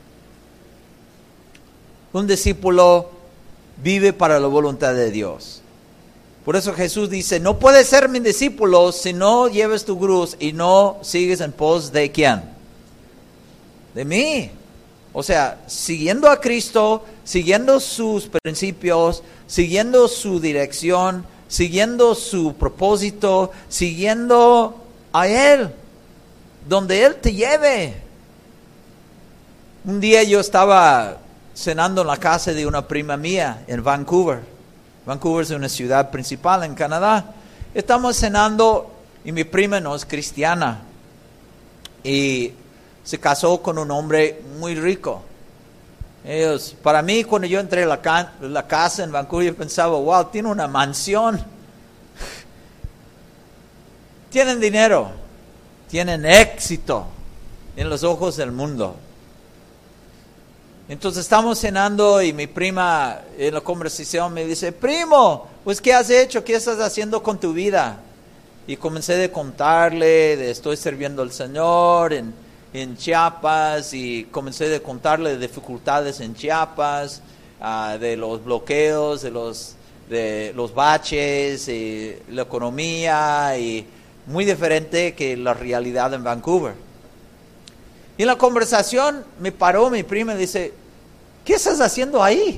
Un discípulo vive para la voluntad de Dios. Por eso Jesús dice, no puedes ser mi discípulo si no lleves tu cruz y no sigues en pos de ¿quién? De mí. O sea, siguiendo a Cristo, siguiendo sus principios, siguiendo su dirección, siguiendo su propósito, siguiendo a Él, donde Él te lleve. Un día yo estaba cenando en la casa de una prima mía en Vancouver. Vancouver es una ciudad principal en Canadá. Estamos cenando y mi prima no es cristiana. Y se casó con un hombre muy rico. Para mí, cuando yo entré a la casa en Vancouver, yo pensaba, wow, tiene una mansión. Tienen dinero, tienen éxito en los ojos del mundo. Entonces estamos cenando y mi prima en la conversación me dice, primo, pues ¿qué has hecho? ¿Qué estás haciendo con tu vida? Y comencé a contarle, estoy sirviendo al Señor en Chiapas, y comencé a contarle de dificultades en Chiapas, de los bloqueos, de los baches, la economía, y muy diferente que la realidad en Vancouver. Y en la conversación me paró mi prima y dice, ¿qué estás haciendo ahí?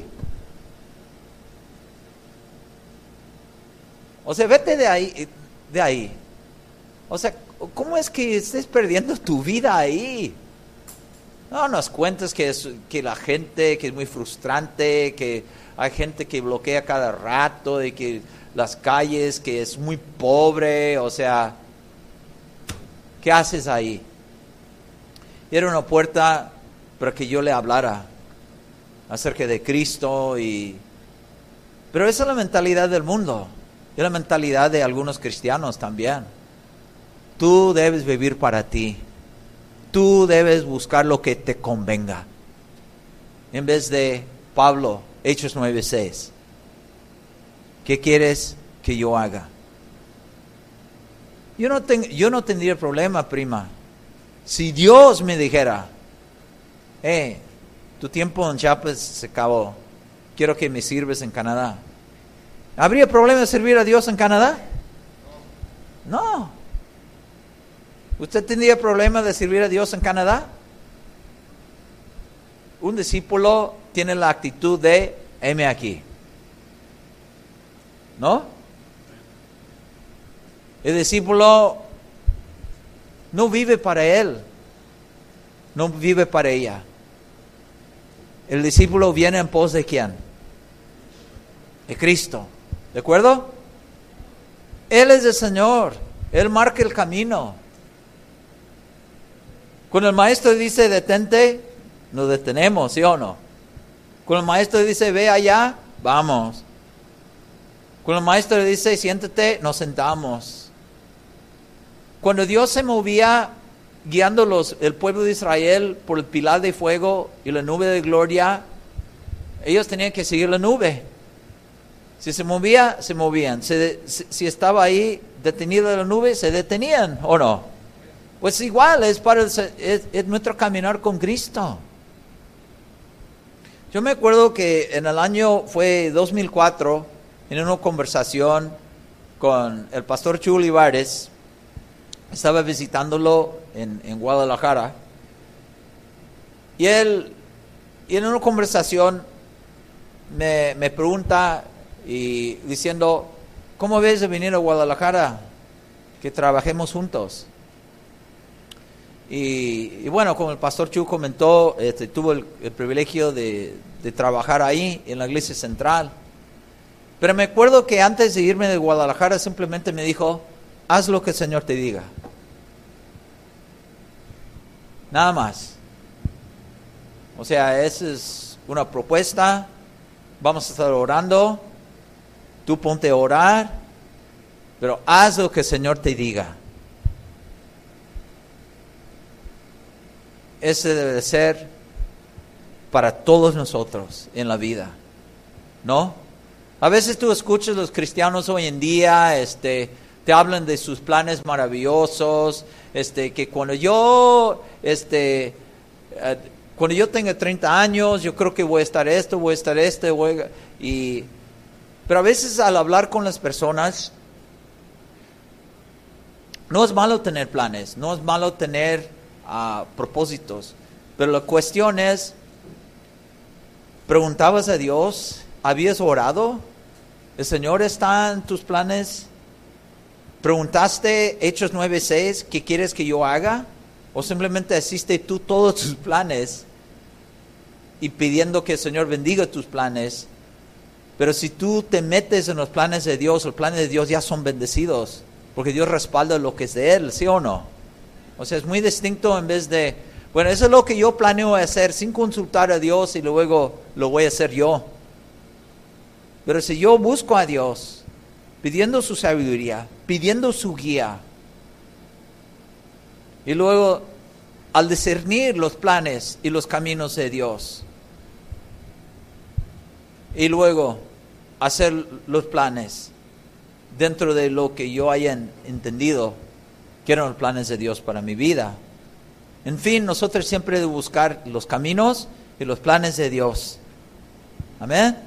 O sea, vete de ahí. O sea, ¿cómo es que estés perdiendo tu vida ahí? No nos cuentes que la gente, que es muy frustrante, que hay gente que bloquea cada rato, de que las calles, que es muy pobre. O sea, ¿qué haces ahí? Era una puerta para que yo le hablara acerca de Cristo. Pero esa es la mentalidad del mundo, es la mentalidad de algunos cristianos también. Tú debes vivir para ti, tú debes buscar lo que te convenga, en vez de Pablo, Hechos 9:6. ¿Qué quieres que yo haga? Yo no tendría problema, prima, si Dios me dijera, tu tiempo en Chiapas se acabó, quiero que me sirves en Canadá. ¿Habría problema de servir a Dios en Canadá? No. ¿Usted tendría problema de servir a Dios en Canadá? Un discípulo tiene la actitud de, heme aquí. ¿No? El discípulo no vive para él, no vive para ella. El discípulo viene en pos de ¿quién? De Cristo. ¿De acuerdo? Él es el Señor. Él marca el camino. Cuando el maestro dice detente, nos detenemos, ¿sí o no? Cuando el maestro dice ve allá, vamos. Cuando el maestro dice siéntate, nos sentamos. Cuando Dios se movía guiando el pueblo de Israel por el pilar de fuego y la nube de gloria, ellos tenían que seguir la nube. Si se movía, se movían. Si estaba ahí detenida la nube, se detenían, ¿o no? Pues igual, es nuestro caminar con Cristo. Yo me acuerdo que en el año fue 2004, en una conversación con el pastor Chuy Olivares, estaba visitándolo en Guadalajara, y él, en una conversación, me pregunta, y diciendo, ¿cómo ves de venir a Guadalajara? Que trabajemos juntos. Y bueno, como el pastor Chu comentó, tuvo el privilegio de trabajar ahí en la iglesia central. Pero me acuerdo que antes de irme de Guadalajara simplemente me dijo, haz lo que el Señor te diga. Nada más. O sea, esa es una propuesta. vamos a estar orando, tú ponte a orar, pero haz lo que el Señor te diga. Ese debe ser para todos nosotros en la vida, ¿no? A veces tú escuchas los cristianos hoy en día, te hablan de sus planes maravillosos, que cuando yo tenga 30 años, yo creo que voy a estar esto, pero a veces al hablar con las personas, no es malo tener planes, no es malo tener propósitos, pero la cuestión es, ¿preguntabas a Dios? ¿Habías orado? ¿El Señor está en tus planes? ¿Preguntaste Hechos 9:6 qué quieres que yo haga? ¿O simplemente hiciste tú todos tus planes y pidiendo que el Señor bendiga tus planes? Pero si tú te metes en los planes de Dios, los planes de Dios ya son bendecidos, porque Dios respalda lo que es de Él, ¿sí o no? O sea, es muy distinto en vez de, bueno, eso es lo que yo planeo hacer sin consultar a Dios y luego lo voy a hacer yo. Pero si yo busco a Dios, pidiendo su sabiduría, pidiendo su guía, y luego al discernir los planes y los caminos de Dios, y luego hacer los planes dentro de lo que yo haya entendido que eran los planes de Dios para mi vida. En fin, nosotros siempre debemos buscar los caminos y los planes de Dios. Amén.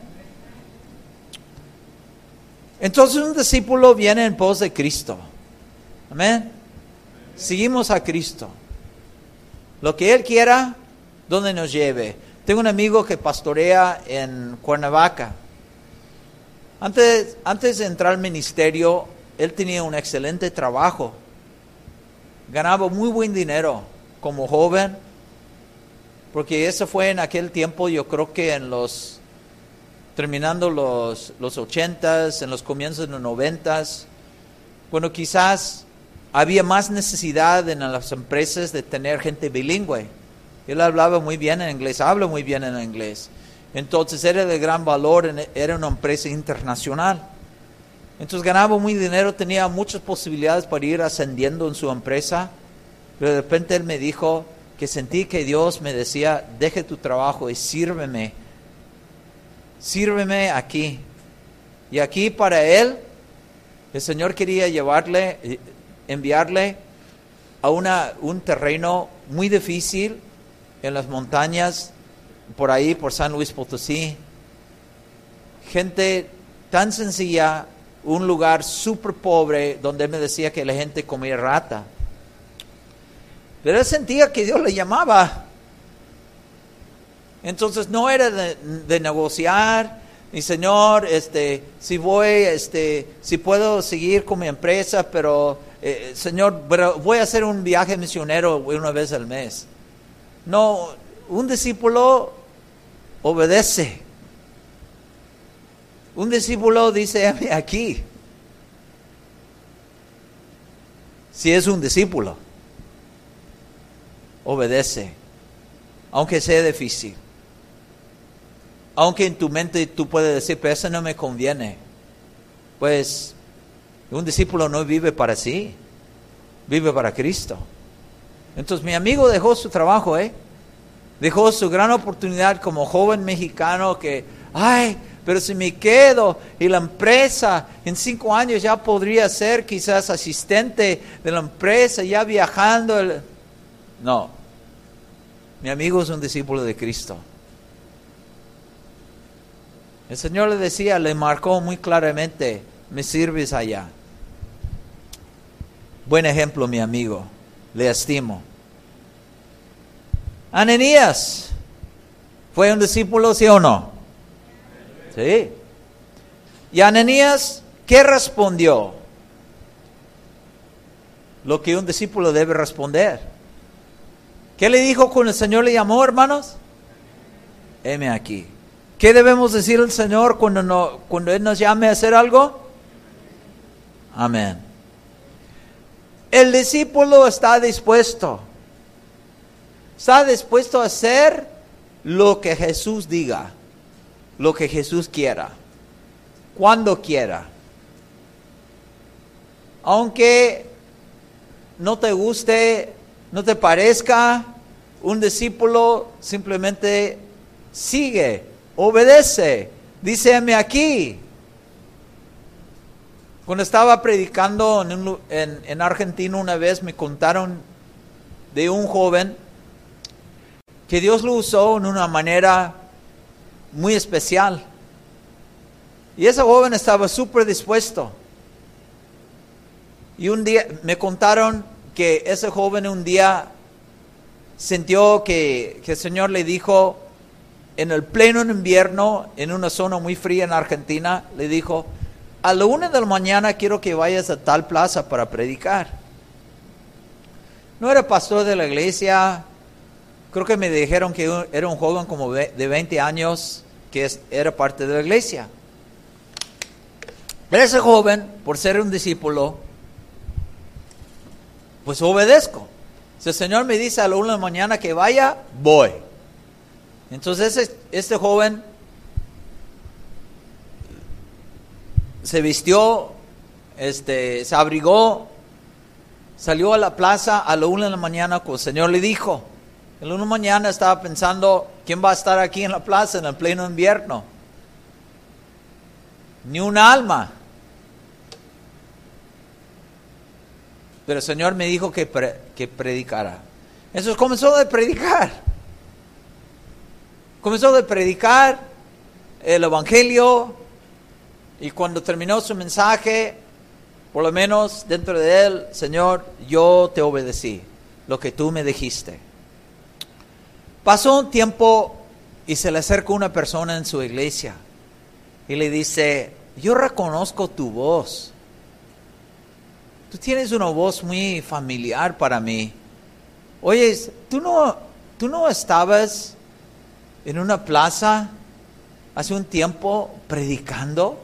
Entonces un discípulo viene en pos de Cristo. Amén. Seguimos a Cristo. Lo que Él quiera, donde nos lleve. Tengo un amigo que pastorea en Cuernavaca. Antes de entrar al ministerio, él tenía un excelente trabajo. Ganaba muy buen dinero como joven. Porque eso fue en aquel tiempo, yo creo que terminando los 80s, en los comienzos de los 90s, cuando quizás había más necesidad en las empresas de tener gente bilingüe. Él hablaba muy bien en inglés, habla muy bien en inglés. Entonces era de gran valor, era una empresa internacional. Entonces ganaba muy dinero, tenía muchas posibilidades para ir ascendiendo en su empresa. Pero de repente él me dijo que sentí que Dios me decía, deje tu trabajo y sírveme. Sírveme aquí. Y aquí para él, el Señor quería enviarle a un terreno muy difícil en las montañas, por ahí, por San Luis Potosí. Gente tan sencilla, un lugar súper pobre, donde él me decía que la gente comía rata. Pero él sentía que Dios le llamaba. Entonces no era de negociar, y Señor, si puedo seguir con mi empresa, pero Señor, voy a hacer un viaje misionero una vez al mes. No, un discípulo obedece. Un discípulo dice, heme aquí. Si es un discípulo, obedece, aunque sea difícil. Aunque en tu mente tú puedes decir, pero eso no me conviene. Pues un discípulo no vive para sí, vive para Cristo. Entonces mi amigo dejó su trabajo, dejó su gran oportunidad como joven mexicano que, pero si me quedo y la empresa en 5 años ya podría ser quizás asistente de la empresa, ya viajando. No, mi amigo es un discípulo de Cristo. El Señor le marcó muy claramente, me sirves allá. Buen ejemplo, mi amigo, le estimo. Ananías, ¿fue un discípulo, sí o no? Sí. Y Ananías, ¿qué respondió? Lo que un discípulo debe responder. ¿Qué le dijo cuando el Señor le llamó, hermanos? Heme aquí. ¿Qué debemos decir al Señor cuando Él nos llame a hacer algo? Amén. El discípulo está dispuesto a hacer lo que Jesús diga. lo que Jesús quiera, cuando quiera. Aunque no te guste, no te parezca, un discípulo simplemente sigue, obedece, dice: heme aquí. Cuando estaba predicando en Argentina una vez, me contaron de un joven que Dios lo usó en una manera muy especial. Y ese joven estaba súper dispuesto. Y un día me contaron que ese joven un día sintió que el Señor le dijo, en el pleno invierno, en una zona muy fría en Argentina, le dijo: a la 1 de la mañana quiero que vayas a tal plaza para predicar. No era pastor de la iglesia. Creo que me dijeron que era un joven como de 20 años que era parte de la iglesia. Pero ese joven, por ser un discípulo, pues obedezco. Si el Señor me dice a la 1 de la mañana que vaya, voy. Entonces este joven se vistió, se abrigó, salió a la plaza a la 1 de la mañana como el Señor le dijo. A la 1 de la mañana estaba pensando: ¿quién va a estar aquí en la plaza en el pleno invierno? Ni un alma. Pero el Señor me dijo que predicara. Entonces comenzó a predicar. Comenzó a predicar el evangelio. Y cuando terminó su mensaje, por lo menos dentro de él: Señor, yo te obedecí, lo que tú me dijiste. Pasó un tiempo y se le acercó una persona en su iglesia y le dice: yo reconozco tu voz. Tú tienes una voz muy familiar para mí. Oye, ¿tú no estabas en una plaza hace un tiempo predicando?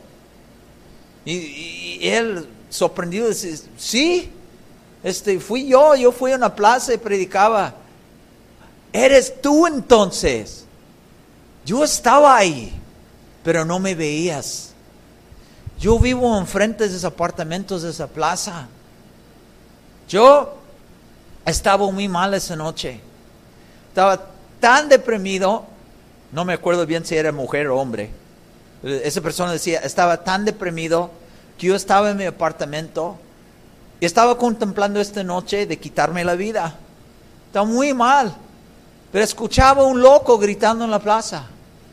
Y él, sorprendido, dice: sí, fui yo fui a una plaza y predicaba. ¿Eres tú entonces? Yo estaba ahí, pero no me veías. Yo vivo enfrente de esos apartamentos de esa plaza. Yo estaba muy mal esa noche. Estaba tan deprimido, no me acuerdo bien si era mujer o hombre. Esa persona decía: estaba tan deprimido que yo estaba en mi apartamento y estaba contemplando esta noche de quitarme la vida. Estaba muy mal, pero escuchaba a un loco gritando en la plaza.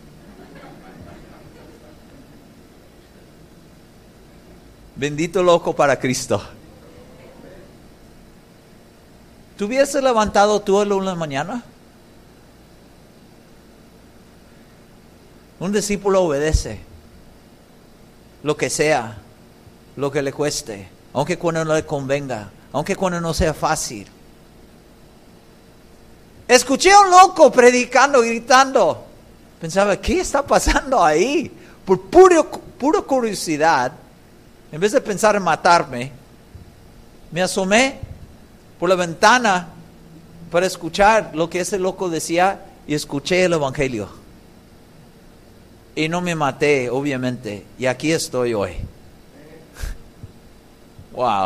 Bendito loco para Cristo. ¿Te hubieses levantado tú a la 1 de la mañana? Un discípulo obedece, lo que sea, lo que le cueste, aunque cuando no le convenga, aunque cuando no sea fácil. Escuché a un loco predicando, gritando. Pensaba: ¿qué está pasando ahí? Por pura curiosidad, en vez de pensar en matarme, me asomé por la ventana para escuchar lo que ese loco decía y escuché el evangelio. Y no me maté, obviamente, y aquí estoy hoy. Wow.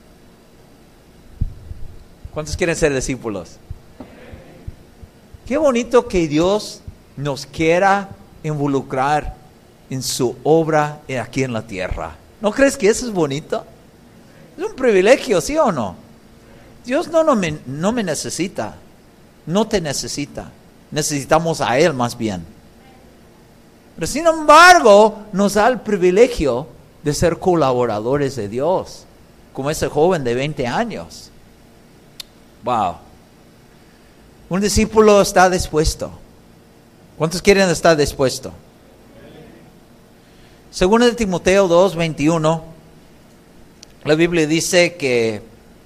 ¿Cuántos quieren ser discípulos? Qué bonito que Dios nos quiera involucrar en su obra aquí en la tierra. ¿No crees que eso es bonito? Es un privilegio, ¿sí o no? Dios no me necesita, no te necesita. Necesitamos a Él más bien. Pero sin embargo, nos da el privilegio de ser colaboradores de Dios, como ese joven de 20 años. Wow. Un discípulo está dispuesto. ¿Cuántos quieren estar dispuestos? Según de Timoteo 2:21, la Biblia dice que: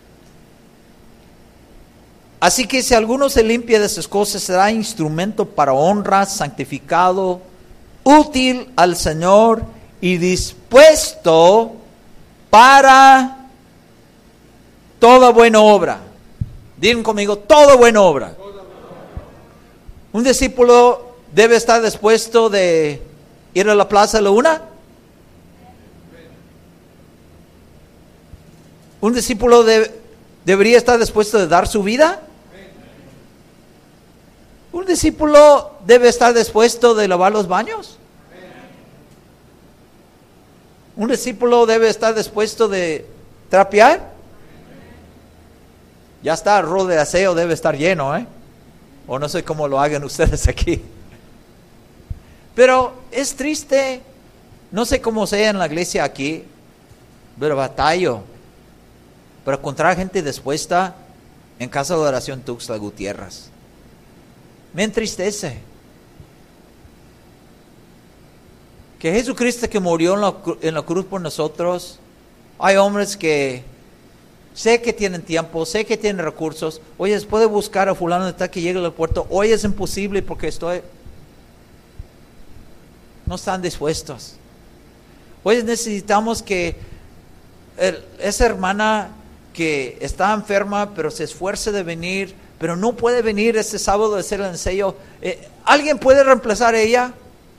así que si alguno se limpia de esas cosas, será instrumento para honra, santificado, útil al Señor y dispuesto para toda buena obra. Digan conmigo: toda buena obra. Un discípulo debe estar dispuesto de ir a la plaza a la 1? ¿Un discípulo debería estar dispuesto a dar su vida? ¿Un discípulo debe estar dispuesto de lavar los baños? ¿Un discípulo debe estar dispuesto de trapear? Ya está, el rol de aseo debe estar lleno, ¿eh? O no sé cómo lo hagan ustedes aquí. Pero es triste, no sé cómo sea en la iglesia aquí, pero batallo para encontrar gente dispuesta en Casa de Oración Tuxtla Gutiérrez. Me entristece que Jesucristo que murió en la cruz por nosotros, hay hombres que sé que tienen tiempo, sé que tienen recursos, oye, puede buscar a fulano de tal que llegue al puerto, hoy es imposible porque no están dispuestos. Hoy necesitamos que esa hermana que está enferma pero se esfuerce de venir, pero no puede venir este sábado a hacer el ensayo, ¿alguien puede reemplazar a ella?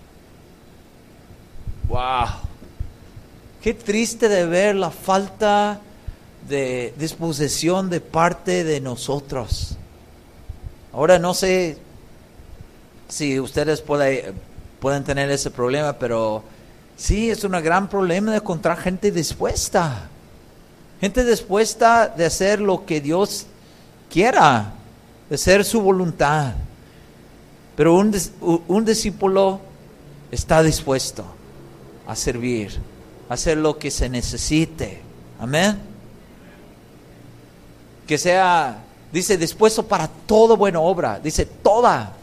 Wow, qué triste de ver la falta de disposición de parte de nosotros. Ahora no sé si ustedes pueden tener ese problema, pero sí, es un gran problema de encontrar gente dispuesta de hacer lo que Dios quiera, de hacer su voluntad. Pero un discípulo está dispuesto a servir, a hacer lo que se necesite. Amén. Que sea, dice, dispuesto para toda buena obra. Dice, toda.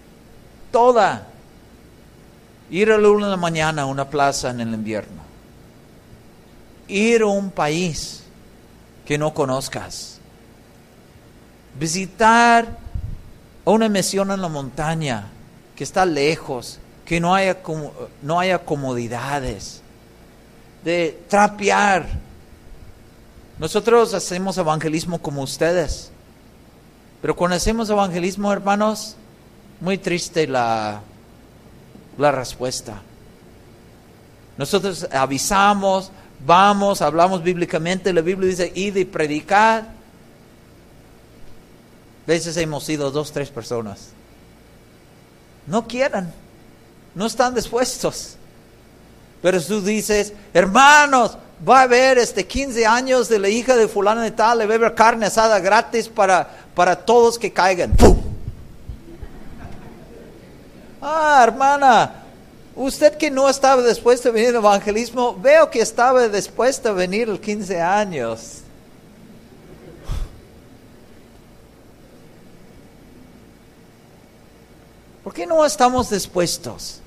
Ir a la 1 de la mañana a una plaza en el invierno. Ir a un país que no conozcas. Visitar una misión en la montaña que está lejos, que no haya comodidades. De trapear. Nosotros hacemos evangelismo como ustedes. Pero cuando hacemos evangelismo, hermanos, muy triste la respuesta. Nosotros avisamos, vamos, hablamos bíblicamente, la Biblia dice, id y predicad. A veces hemos sido 2, 3 personas. No quieren, no están dispuestos. Pero tú dices, hermanos, va a haber 15 años de la hija de fulano de tal, le va a haber carne asada gratis para todos que caigan. ¡Pum! Hermana, usted que no estaba dispuesta a venir al evangelismo, veo que estaba dispuesta a venir a los 15 años. ¿Por qué no estamos dispuestos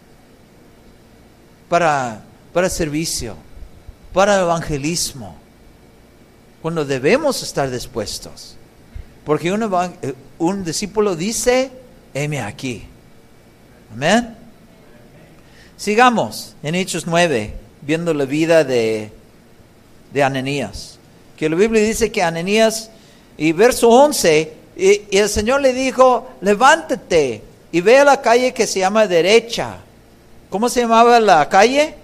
para servicio, para evangelismo, cuando debemos estar dispuestos? Porque un discípulo dice, heme aquí. Amén. Sigamos en Hechos 9, viendo la vida de Ananías. Que la Biblia dice que Ananías, y verso 11, y el Señor le dijo, levántate y ve a la calle que se llama Derecha. ¿Cómo se llamaba la calle?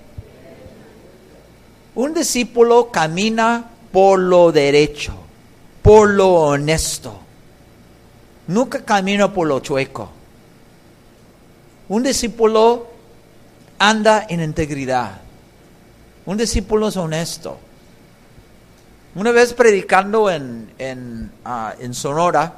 Un discípulo camina por lo derecho, por lo honesto. Nunca camina por lo chueco. Un discípulo anda en integridad. Un discípulo es honesto. Una vez predicando en Sonora,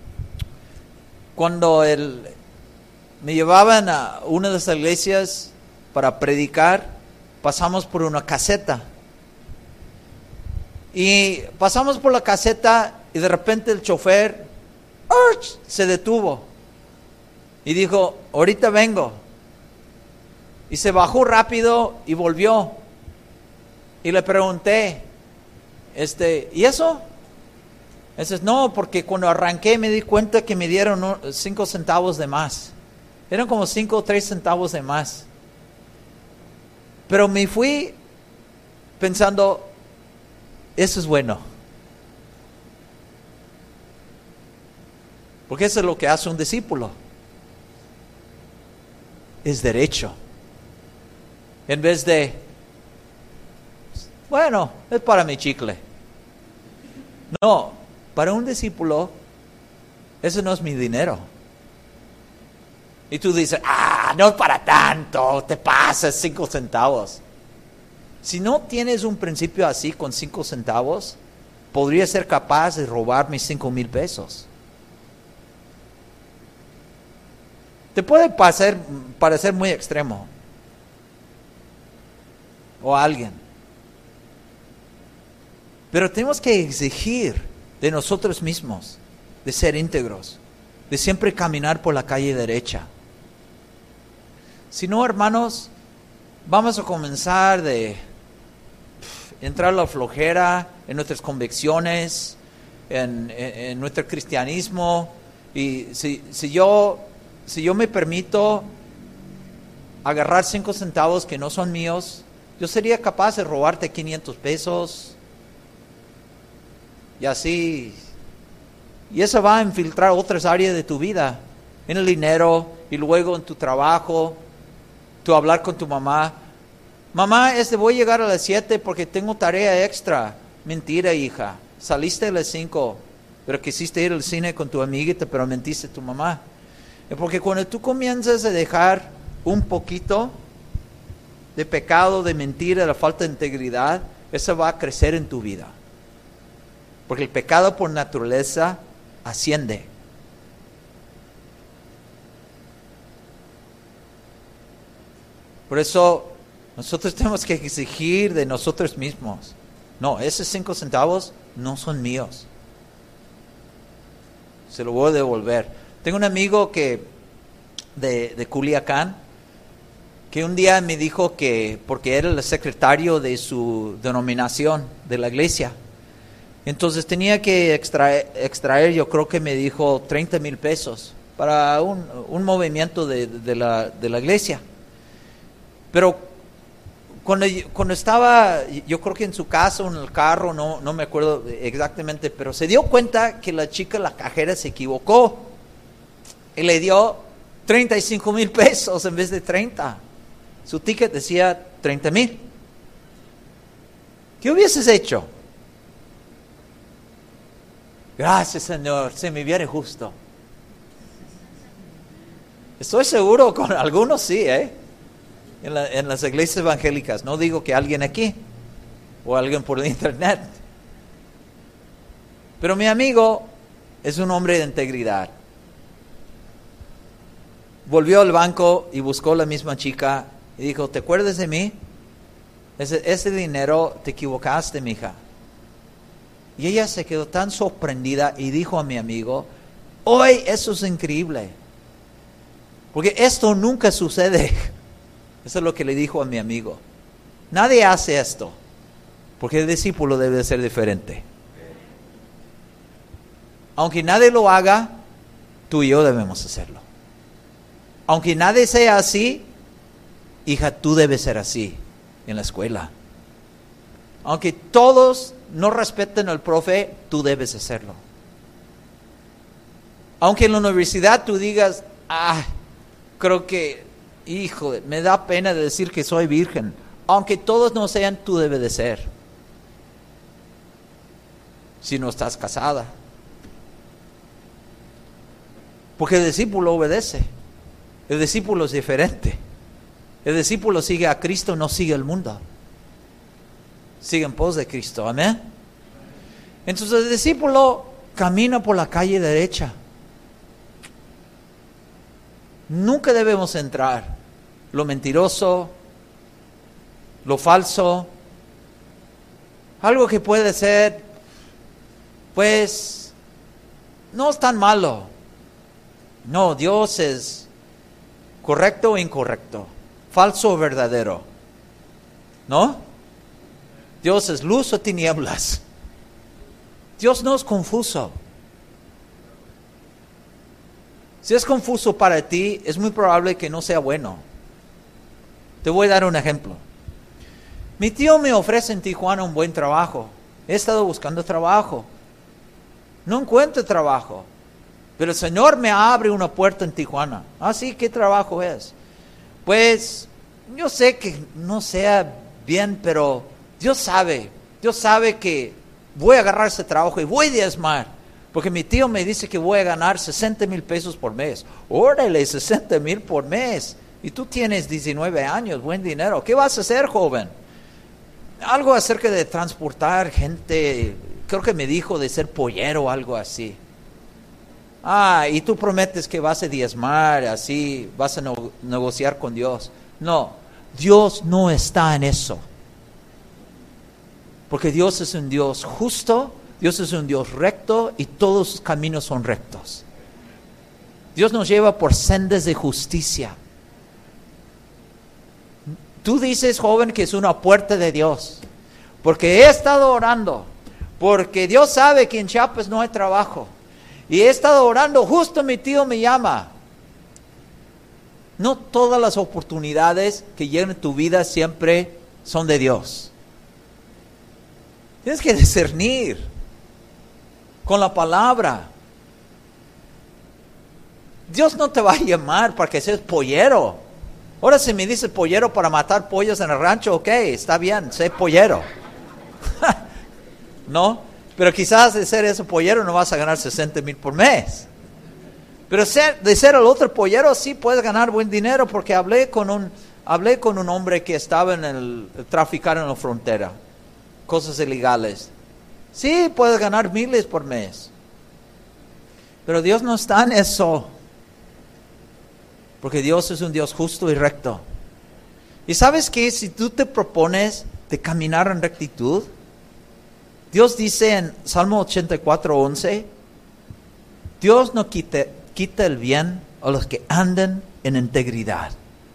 cuando me llevaban a una de las iglesias para predicar, pasamos por una caseta. Y pasamos por la caseta y de repente el chofer se detuvo. Y dijo, ahorita vengo. Y se bajó rápido y volvió. Y le pregunté, ¿y eso? Dice, no, porque cuando arranqué me di cuenta que me dieron 5 centavos de más. Eran como 5 o 3 centavos de más. Pero me fui pensando, eso es bueno. Porque eso es lo que hace un discípulo. Es derecho. En vez de, bueno, es para mi chicle. No, para un discípulo, eso no es mi dinero. Y tú dices, no es para tanto, te pasas 5 centavos. Si no tienes un principio así con 5 centavos, podría ser capaz de robar mis 5,000 pesos. Te puede parecer muy extremo. O a alguien. Pero tenemos que exigir de nosotros mismos, de ser íntegros, de siempre caminar por la calle derecha. Si no, hermanos, vamos a comenzar de entrar a la flojera en nuestras convicciones, en nuestro cristianismo. Y si yo me permito agarrar 5 centavos que no son míos, yo sería capaz de robarte 500 pesos. Y así. Y eso va a infiltrar otras áreas de tu vida. En el dinero y luego en tu trabajo. Tú hablar con tu mamá. Mamá, voy a llegar a las 7 porque tengo tarea extra. Mentira, hija. Saliste a las 5, pero quisiste ir al cine con tu amiguita, pero mentiste a tu mamá. Porque cuando tú comienzas a dejar un poquito de pecado, de mentira, de la falta de integridad, eso va a crecer en tu vida. Porque el pecado por naturaleza asciende. Por eso nosotros tenemos que exigir de nosotros mismos. No, esos 5 centavos no son míos. Se lo voy a devolver. Tengo un amigo de Culiacán que un día me dijo que, porque era el secretario de su denominación de la iglesia, entonces tenía que extraer, yo creo que me dijo 30,000 pesos para un movimiento de la iglesia. Pero cuando estaba, yo creo que en su casa o en el carro, no me acuerdo exactamente, pero se dio cuenta que la chica, la cajera, se equivocó y le dio 35,000 pesos en vez de 30. Su ticket decía 30,000. ¿Qué hubieses hecho? Gracias, Señor, se me viene justo. Estoy seguro con algunos sí, en las iglesias evangélicas. No digo que alguien aquí o alguien por el internet. Pero mi amigo es un hombre de integridad. Volvió al banco y buscó a la misma chica y dijo, ¿te acuerdas de mí? Ese dinero te equivocaste, mija. Y ella se quedó tan sorprendida y dijo a mi amigo, hoy eso es increíble. Porque esto nunca sucede. Eso es lo que le dijo a mi amigo. Nadie hace esto. Porque el discípulo debe de ser diferente. Aunque nadie lo haga, tú y yo debemos hacerlo. Aunque nadie sea así, hija, tú debes ser así en la escuela. Aunque todos no respeten al profe, tú debes hacerlo. Aunque en la universidad tú digas, creo que, hijo, me da pena de decir que soy virgen. Aunque todos no sean, tú debes de ser. Si no estás casada. Porque el discípulo obedece. El discípulo es diferente. El discípulo sigue a Cristo, no sigue al mundo. Sigue en pos de Cristo. Amén. Entonces el discípulo camina por la calle derecha. Nunca debemos entrar lo mentiroso, lo falso, algo que puede ser, pues, no es tan malo. No, Dios es correcto o incorrecto, falso o verdadero, ¿no? Dios es luz o tinieblas. Dios no es confuso. Si es confuso para ti, es muy probable que no sea bueno. Te voy a dar un ejemplo. Mi tío me ofrece en Tijuana un buen trabajo. He estado buscando trabajo. No encuentro trabajo. Pero el Señor me abre una puerta en Tijuana. ¿Ah, sí? ¿Qué trabajo es? Pues yo sé que no sea bien, pero Dios sabe que voy a agarrar ese trabajo y voy a diezmar, porque mi tío me dice que voy a ganar 60,000 pesos por mes. Órale, 60,000 por mes, y tú tienes 19 años, buen dinero. ¿Qué vas a hacer, joven? Algo acerca de transportar gente, creo que me dijo de ser pollero o algo así. Y tú prometes que vas a diezmar, así vas a negociar con Dios. No, Dios no está en eso. Porque Dios es un Dios justo, Dios es un Dios recto y todos sus caminos son rectos. Dios nos lleva por sendas de justicia. Tú dices, joven, que es una puerta de Dios, porque he estado orando, porque Dios sabe que en Chiapas no hay trabajo, y he estado orando, justo mi tío me llama. No todas las oportunidades que llegan en tu vida siempre son de Dios. Tienes que discernir con la palabra. Dios no te va a llamar para que seas pollero. Ahora si me dices pollero para matar pollos en el rancho, ok, está bien, sé pollero. ¿No? Pero quizás de ser ese pollero no vas a ganar 60,000 por mes. Pero de ser el otro pollero sí puedes ganar buen dinero, porque hablé con un hombre que estaba traficando en la frontera, cosas ilegales. Sí, puedes ganar miles por mes. Pero Dios no está en eso. Porque Dios es un Dios justo y recto. Y ¿sabes qué? Si tú te propones de caminar en rectitud, Dios dice en Salmo 84:11, Dios no quita el bien a los que andan en integridad.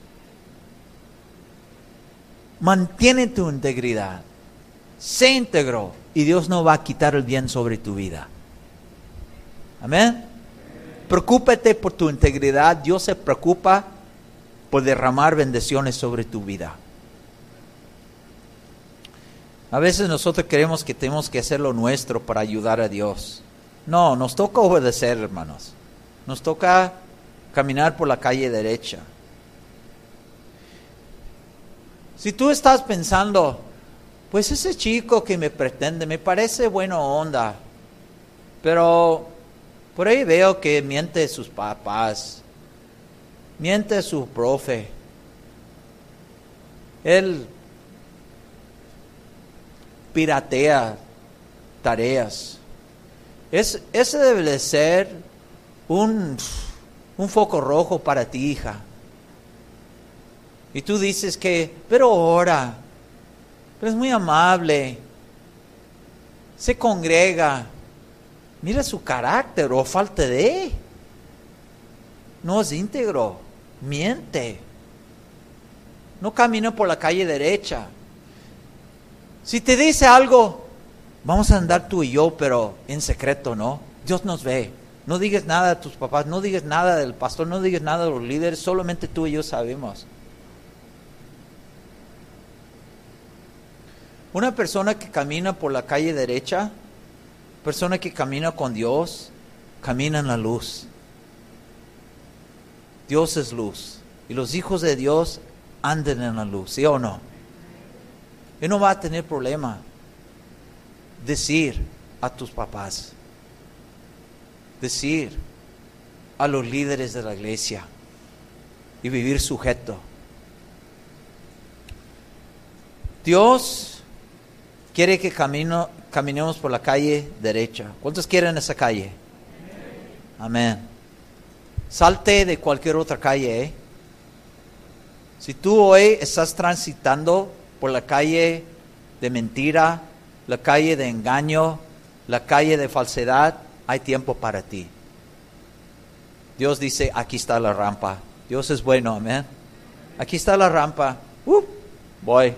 Mantiene tu integridad. Sé íntegro y Dios no va a quitar el bien sobre tu vida. Amén. Preocúpate por tu integridad. Dios se preocupa por derramar bendiciones sobre tu vida. A veces nosotros creemos que tenemos que hacer lo nuestro para ayudar a Dios. No, nos toca obedecer, hermanos. Nos toca caminar por la calle derecha. Si tú estás pensando, pues ese chico que me pretende, me parece buena onda, pero por ahí veo que miente a sus papás, miente a su profe. Él piratea tareas. Ese debe de ser un foco rojo para ti, hija. Y tú dices que, pero ora, pero es muy amable, se congrega. Mira su carácter o falta de. No es íntegro, miente. No camina por la calle derecha. Si te dice algo, vamos a andar tú y yo, pero en secreto, ¿no? Dios nos ve. No digas nada a tus papás, no digas nada del pastor, no digas nada de los líderes, solamente tú y yo sabemos. Una persona que camina por la calle derecha, persona que camina con Dios, camina en la luz. Dios es luz. Y los hijos de Dios andan en la luz, ¿sí o no? Y no va a tener problema decir a tus papás, decir a los líderes de la iglesia y vivir sujeto. Dios quiere que caminemos por la calle derecha. ¿Cuántos quieren esa calle? Amén. Salte de cualquier otra calle, ¿eh? Si tú hoy estás transitando por la calle de mentira, la calle de engaño, la calle de falsedad, hay tiempo para ti. Dios dice, aquí está la rampa. Dios es bueno, amén. Aquí está la rampa. Voy.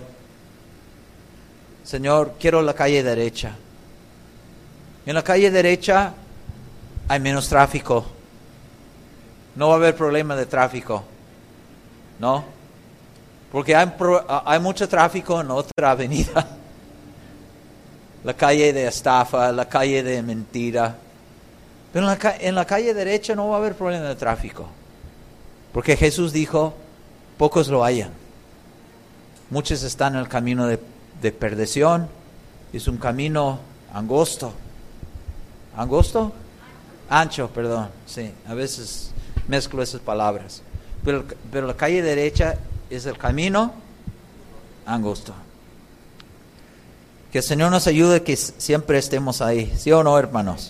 Señor, quiero la calle derecha. En la calle derecha hay menos tráfico. No va a haber problema de tráfico. ¿No? Porque hay mucho tráfico en otra avenida. La calle de estafa, la calle de mentira. Pero en la calle derecha no va a haber problema de tráfico. Porque Jesús dijo, pocos lo hallan. Muchos están en el camino de perdición. Es un camino angosto. ¿Angosto? Ancho, perdón. Sí, a veces mezclo esas palabras. Pero la calle derecha es el camino angosto. Que el Señor nos ayude que siempre estemos ahí. ¿Sí o no, hermanos?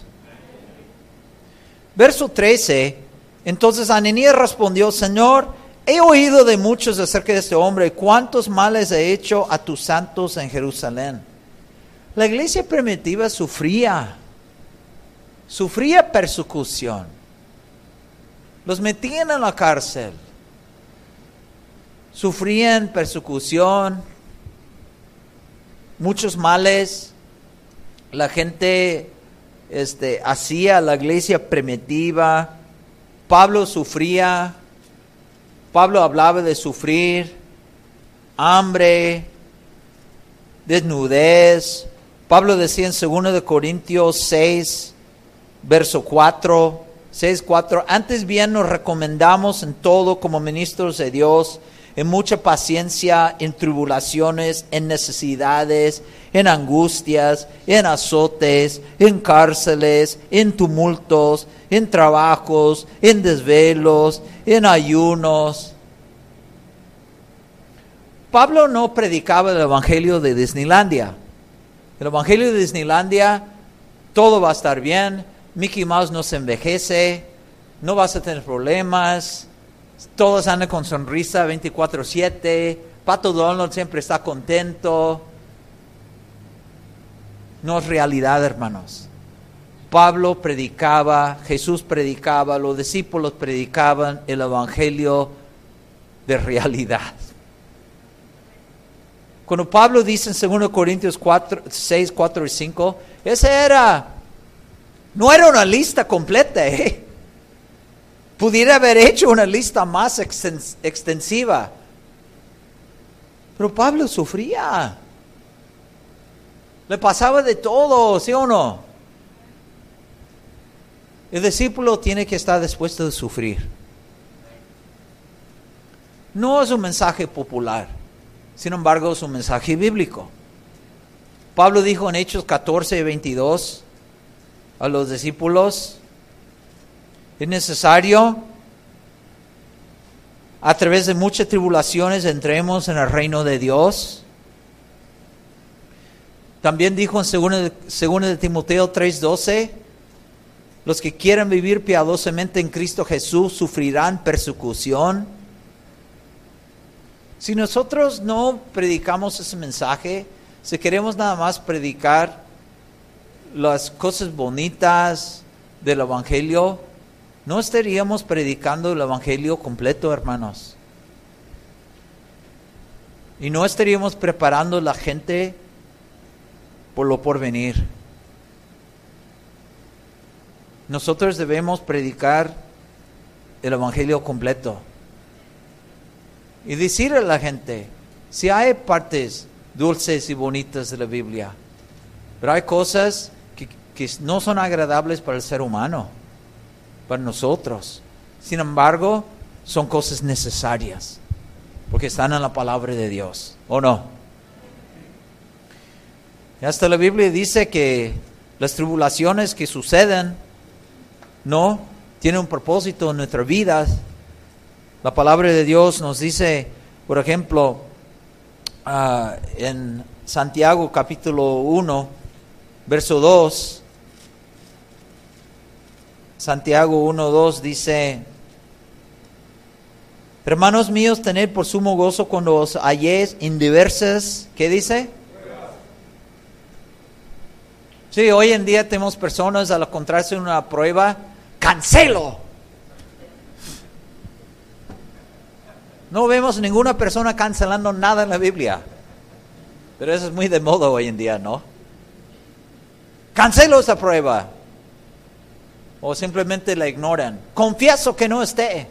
Verso 13. Entonces Ananías respondió: Señor, he oído de muchos acerca de este hombre, cuántos males ha hecho a tus santos en Jerusalén. La iglesia primitiva sufría persecución. Los metían en la cárcel. Sufrían persecución, muchos males. La gente hacía la iglesia primitiva. Pablo sufría. Pablo hablaba de sufrir, hambre, desnudez. Pablo decía en 2 de Corintios 6, verso 4, 6:4, antes bien nos recomendamos en todo como ministros de Dios, en mucha paciencia, en tribulaciones, en necesidades, en angustias, en azotes, en cárceles, en tumultos, en trabajos, en desvelos, en ayunos. Pablo no predicaba el evangelio de Disneylandia. El evangelio de Disneylandia, todo va a estar bien, Mickey Mouse no se envejece, no vas a tener problemas, todos andan con sonrisa 24/7, Pato Donald siempre está contento. No es realidad, hermanos. Pablo predicaba, Jesús predicaba, los discípulos predicaban el evangelio de realidad. Cuando Pablo dice en 2 Corintios 6, 4 y 5, no era una lista completa, Pudiera haber hecho una lista más extensiva. Pero Pablo sufría. Le pasaba de todo, ¿sí o no? El discípulo tiene que estar dispuesto a sufrir. No es un mensaje popular, sin embargo es un mensaje bíblico. Pablo dijo en Hechos 14:22 a los discípulos: es necesario, a través de muchas tribulaciones, entremos en el reino de Dios. También dijo en 2 de Timoteo 3:12, los que quieran vivir piadosamente en Cristo Jesús sufrirán persecución. Si nosotros no predicamos ese mensaje, si queremos nada más predicar las cosas bonitas del evangelio, no estaríamos predicando el evangelio completo, hermanos. Y no estaríamos preparando a la gente por lo porvenir. Nosotros debemos predicar el evangelio completo. Y decirle a la gente, si hay partes dulces y bonitas de la Biblia, pero hay cosas que no son agradables para el ser humano, para nosotros. Sin embargo, son cosas necesarias, porque están en la palabra de Dios, ¿o no? Y hasta la Biblia dice que las tribulaciones que suceden, no, tienen un propósito en nuestras vidas. La palabra de Dios nos dice, por ejemplo, en Santiago capítulo 1, verso 2, Santiago 1:2 dice: hermanos míos, tened por sumo gozo cuando os halléis en diversas, ¿qué dice? Sí, hoy en día tenemos personas al encontrarse en una prueba, cancelo. No vemos ninguna persona cancelando nada en la Biblia, pero eso es muy de moda hoy en día, ¿no? Cancelo esa prueba. O simplemente la ignoran. Confieso que no esté.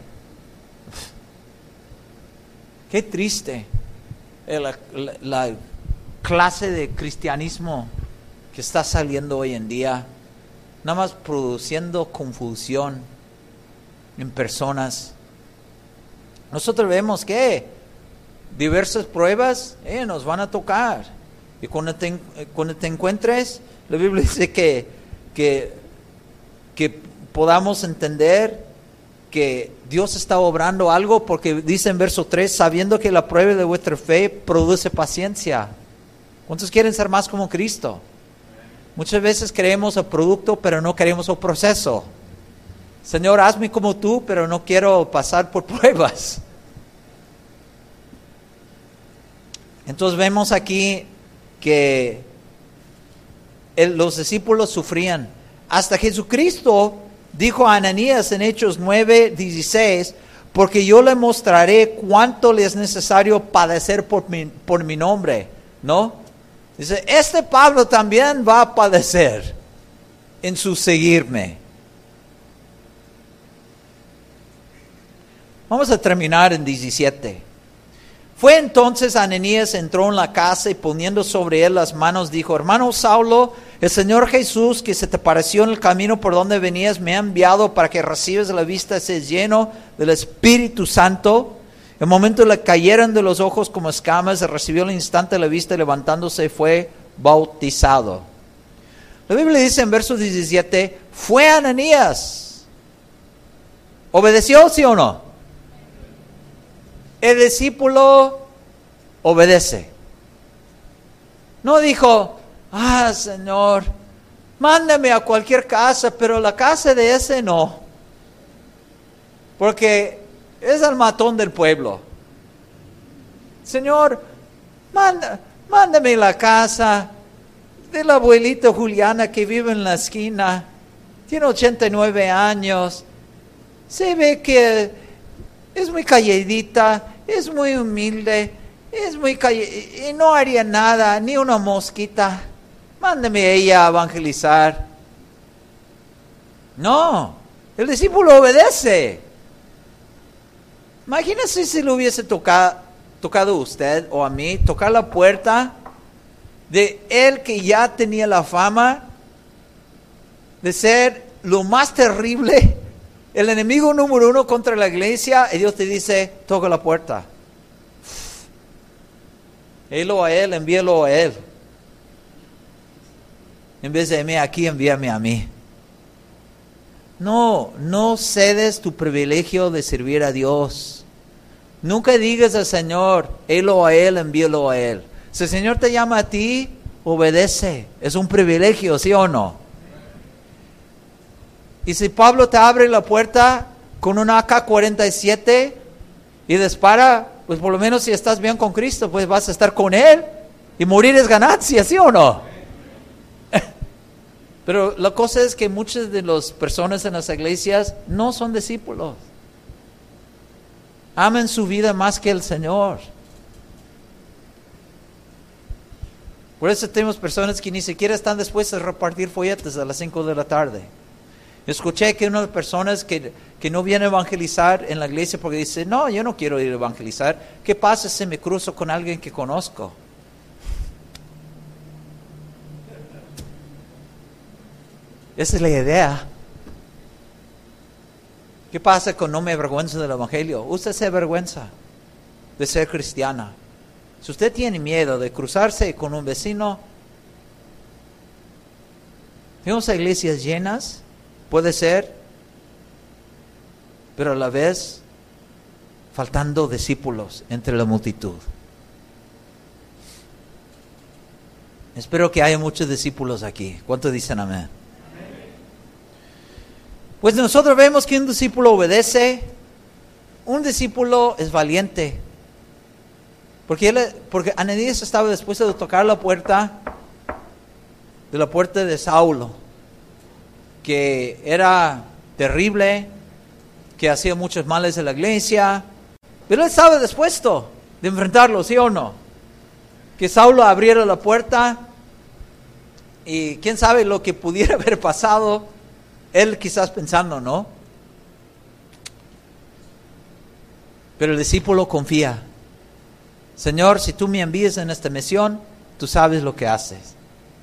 Qué triste la clase de cristianismo que está saliendo hoy en día, nada más produciendo confusión en personas. Nosotros vemos que diversas pruebas, nos van a tocar. Y cuando te encuentres, la Biblia dice que podamos entender que Dios está obrando algo, porque dice en verso 3, sabiendo que la prueba de vuestra fe produce paciencia. ¿Cuántos quieren ser más como Cristo? Muchas veces queremos el producto, pero no queremos el proceso. Señor, hazme como tú, pero no quiero pasar por pruebas. Entonces vemos aquí que los discípulos sufrían. Hasta Jesucristo dijo a Ananías en Hechos 9:16, porque yo le mostraré cuánto le es necesario padecer por mi nombre, ¿no? Dice, este Pablo también va a padecer en su seguirme. Vamos a terminar en 17. Fue entonces Ananías, entró en la casa y poniendo sobre él las manos, dijo, hermano Saulo, el Señor Jesús que se te apareció en el camino por donde venías me ha enviado para que recibas la vista, seas lleno del Espíritu Santo. El momento le cayeron de los ojos como escamas, recibió al instante la vista y levantándose fue bautizado. La Biblia dice en verso 17, fue Ananías. ¿Obedeció, sí o no? El discípulo obedece. No dijo, Señor, mándame a cualquier casa, pero la casa de ese no. Porque es el matón del pueblo. Señor, mándame la casa de la abuelita Juliana que vive en la esquina. Tiene 89 años. Se ve que es muy calladita, es muy humilde, y no haría nada, ni una mosquita. Mándame a ella a evangelizar. No, el discípulo obedece. Imagínese si le hubiese tocado a usted o a mí, tocar la puerta de él que ya tenía la fama de ser lo más terrible, el enemigo número 1 contra la iglesia, y Dios te dice, toca la puerta. Helo a él, envíalo a él. En vez de mí aquí, envíame a mí. No cedes tu privilegio de servir a Dios. Nunca digas al Señor, helo a él, envíalo a él. Si el Señor te llama a ti, obedece. Es un privilegio, ¿sí o no? Y si Pablo te abre la puerta con un AK-47 y dispara, pues por lo menos si estás bien con Cristo, pues vas a estar con Él y morir es ganancia, ¿sí o no? Pero la cosa es que muchas de las personas en las iglesias no son discípulos. Aman su vida más que el Señor. Por eso tenemos personas que ni siquiera están dispuestas a repartir folletos a las 5 de la tarde. Escuché que una de las personas que no viene a evangelizar en la iglesia porque dice, no, yo no quiero ir a evangelizar. ¿Qué pasa si me cruzo con alguien que conozco? Esa es la idea. ¿Qué pasa con no me avergüenzo del evangelio? Usted se avergüenza de ser cristiana. Si usted tiene miedo de cruzarse con un vecino, tenemos iglesias llenas. Puede ser, pero a la vez faltando discípulos entre la multitud. Espero que haya muchos discípulos aquí. ¿Cuántos dicen amén? Pues nosotros vemos que un discípulo obedece, un discípulo es valiente. Porque Ananías estaba dispuesto de tocar la puerta de Saulo, que era terrible, que hacía muchos males en la iglesia, pero él estaba dispuesto de enfrentarlo, ¿sí o no? Que Saulo abriera la puerta y quién sabe lo que pudiera haber pasado, él quizás pensando, ¿no? Pero el discípulo confía. Señor, si tú me envías en esta misión, tú sabes lo que haces.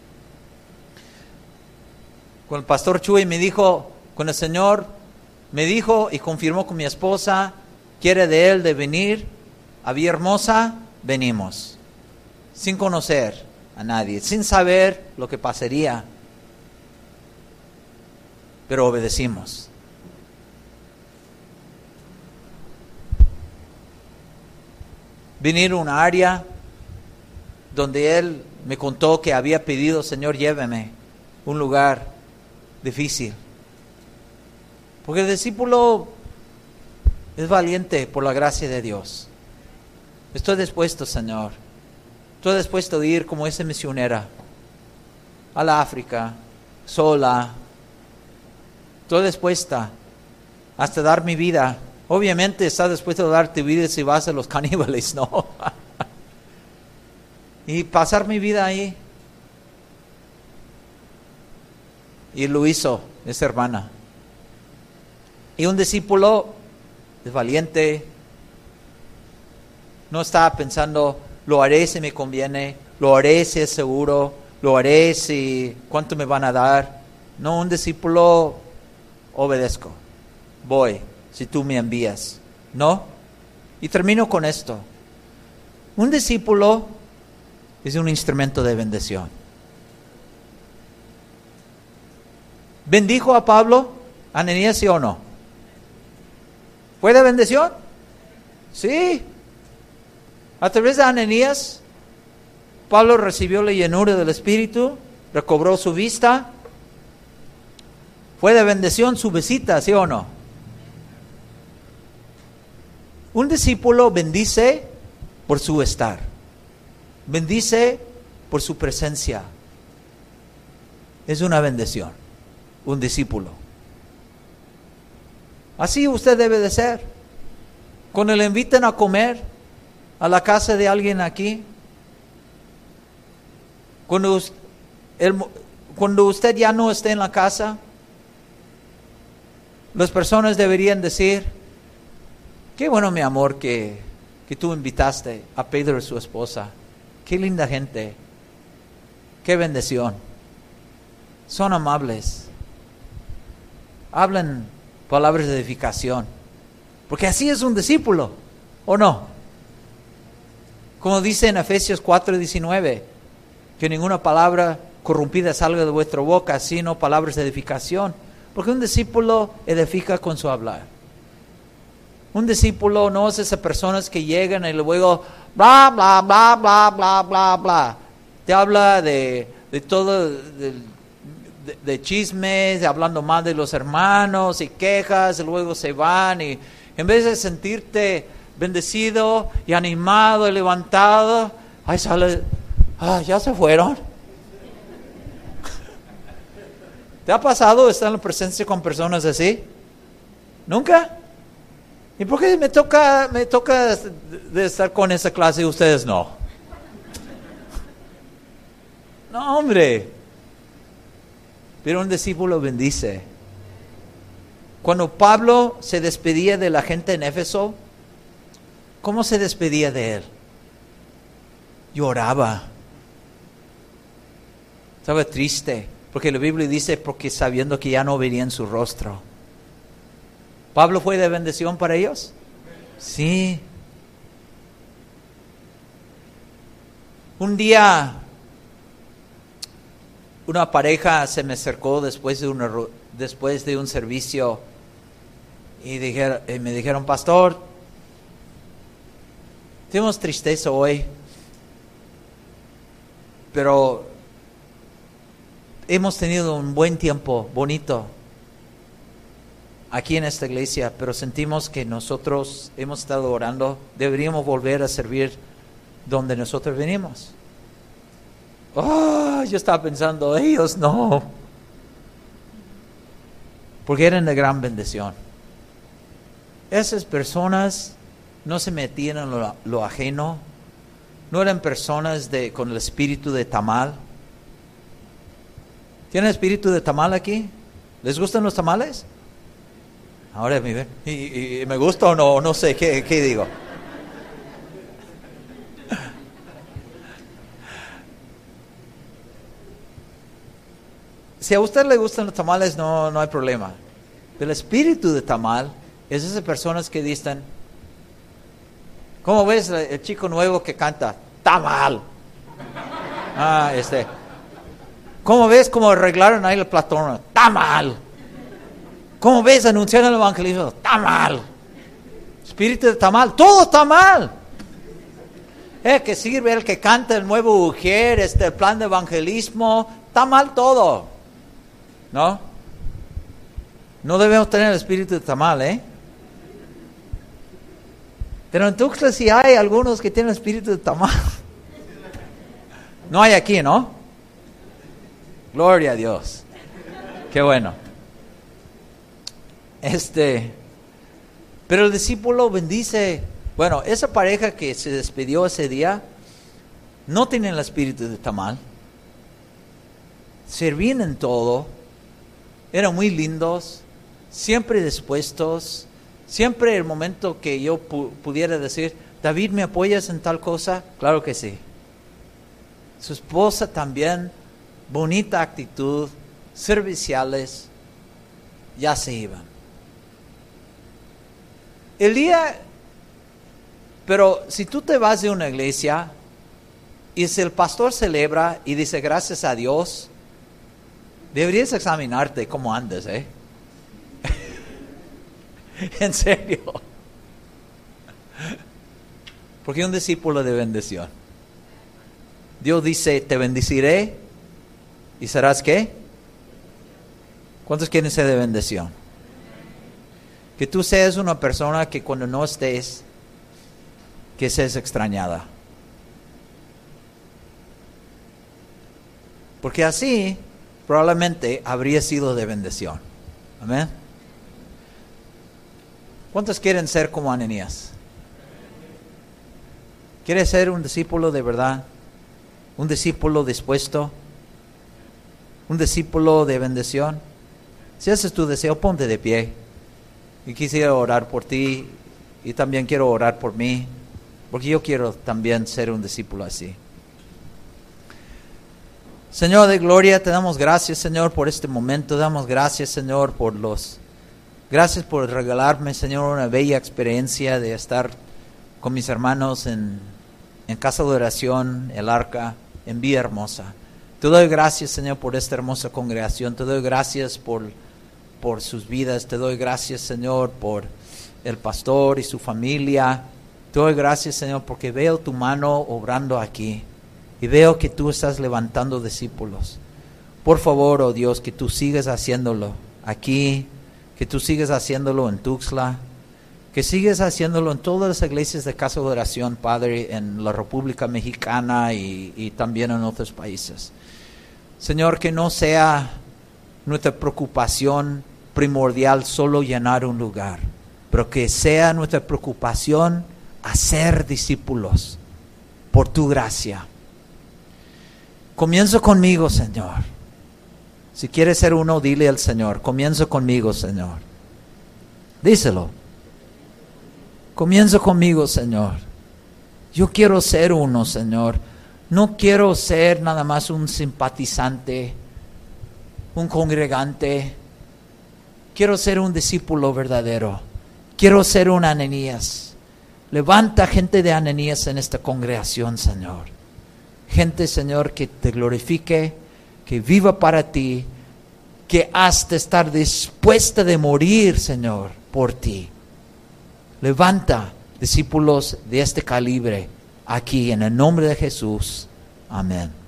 Cuando el pastor Chuy me dijo, cuando el Señor me dijo y confirmó con mi esposa, quiere de él de venir a Villahermosa, venimos, sin conocer a nadie, sin saber lo que pasaría, pero obedecimos. Venir a un área donde Él me contó que había pedido, Señor, lléveme a un lugar difícil. Porque el discípulo es valiente por la gracia de Dios. Estoy dispuesto, Señor. Estoy dispuesto a ir como esa misionera a la África, sola. Estoy dispuesta hasta dar mi vida. Obviamente estás dispuesto a dar tu vida si vas a los caníbales, ¿no? Y pasar mi vida ahí. Y lo hizo esa hermana. Y un discípulo es valiente. No está pensando, lo haré si me conviene, lo haré si es seguro, lo haré si cuánto me van a dar. No, un discípulo, obedezco. Voy si tú me envías. ¿No? Y termino con esto. Un discípulo es un instrumento de bendición. ¿Bendijo a Pablo, Ananías, sí o no? ¿Fue de bendición? Sí. A través de Ananías, Pablo recibió la llenura del Espíritu, recobró su vista. ¿Fue de bendición su visita, sí o no? Un discípulo bendice por su estar. Bendice por su presencia. Es una bendición, un discípulo. Así usted debe de ser. Cuando le inviten a comer a la casa de alguien aquí, cuando usted ya no esté en la casa, las personas deberían decir, qué bueno, mi amor, que tú invitaste a Pedro y su esposa. Qué linda gente. Qué bendición. Son amables. Hablan palabras de edificación. Porque así es un discípulo, ¿o no? Como dice en Efesios 4:19, que ninguna palabra corrompida salga de vuestra boca, sino palabras de edificación. Porque un discípulo edifica con su hablar. Un discípulo no es esas personas que llegan y luego bla, bla, bla, bla, bla, bla, bla. Te habla de todo, de chismes, hablando mal de los hermanos y quejas, y luego se van y en vez de sentirte bendecido y animado y levantado, ahí sale, ya se fueron. ¿Te ha pasado estar en la presencia con personas así? ¿Nunca? ¿Y por qué me toca de estar con esa clase y ustedes no? No, hombre. Pero un discípulo bendice. Cuando Pablo se despedía de la gente en Éfeso, ¿cómo se despedía de él? Lloraba. Estaba triste, porque la Biblia dice, porque sabiendo que ya no verían su rostro. ¿Pablo fue de bendición para ellos? Sí. Un día, una pareja se me acercó después de un servicio y me dijeron, pastor, tenemos tristeza hoy, pero hemos tenido un buen tiempo, bonito, aquí en esta iglesia, pero sentimos que nosotros hemos estado orando, deberíamos volver a servir donde nosotros venimos. Yo estaba pensando, ellos no, porque eran de gran bendición. Esas personas no se metían en lo ajeno, no eran personas con el espíritu de tamal. ¿Tienen espíritu de tamal aquí? ¿Les gustan los tamales? Ahora ¿y me gusta o no? No sé, ¿qué digo? Si a usted le gustan los tamales, no hay problema. Pero el espíritu de tamal es esas personas que dicen, ¿Cómo ves el chico nuevo que canta? Está mal. ¿Cómo ves cómo arreglaron ahí la plataforma? Está mal. ¿Cómo ves anunciando el evangelismo? Está mal. Espíritu está mal. Todo está mal. Que sirve el que canta el nuevo Ujier, el plan de evangelismo. Está mal todo. ¿No? No debemos tener el espíritu está mal, Pero en Tuxtla sí hay algunos que tienen el espíritu de tamal. No hay aquí, ¿no? Gloria a Dios. Qué bueno. Pero el discípulo bendice. Bueno, esa pareja que se despidió ese día no tienen el espíritu de tamal. Servían en todo. Eran muy lindos. Siempre dispuestos. Siempre el momento que yo pudiera decir, David, ¿me apoyas en tal cosa? Claro que sí. Su esposa también, bonita actitud, serviciales, ya se iban. Pero si tú te vas de una iglesia y si el pastor celebra y dice gracias a Dios, deberías examinarte cómo andas, En serio. Porque un discípulo de bendición. Dios dice, te bendeciré y serás ¿qué? ¿Cuántos quieren ser de bendición? Que tú seas una persona que cuando no estés, que seas extrañada. Porque así probablemente habría sido de bendición. Amén. ¿Cuántos quieren ser como Ananías? ¿Quieres ser un discípulo de verdad? ¿Un discípulo dispuesto? ¿Un discípulo de bendición? Si ese es tu deseo, ponte de pie. Y quisiera orar por ti y también quiero orar por mí, porque yo quiero también ser un discípulo así. Señor de gloria, te damos gracias, Señor, por este momento. Te damos gracias, Señor, gracias por regalarme, Señor, una bella experiencia de estar con mis hermanos en casa de oración, el Arca, en Villahermosa. Te doy gracias, Señor, por esta hermosa congregación. Te doy gracias por sus vidas. Te doy gracias, Señor, por el pastor y su familia. Te doy gracias, Señor, porque veo tu mano obrando aquí. Y veo que tú estás levantando discípulos. Por favor, oh Dios, que tú sigas haciéndolo aquí, que tú sigas haciéndolo en Tuxtla, que sigas haciéndolo en todas las iglesias de casa de oración, Padre, en la República Mexicana y también en otros países. Señor, que no sea nuestra preocupación primordial solo llenar un lugar, pero que sea nuestra preocupación hacer discípulos por tu gracia. Comienza conmigo, Señor. Si quieres ser uno, dile al Señor, comienza conmigo, Señor. Díselo. Comienza conmigo, Señor. Yo quiero ser uno, Señor. No quiero ser nada más un simpatizante, un congregante. Quiero ser un discípulo verdadero. Quiero ser un Ananías. Levanta gente de Ananías en esta congregación, Señor. Gente, Señor, que te glorifique, que viva para ti, que has de estar dispuesta de morir, Señor, por ti. Levanta discípulos de este calibre aquí en el nombre de Jesús. Amén.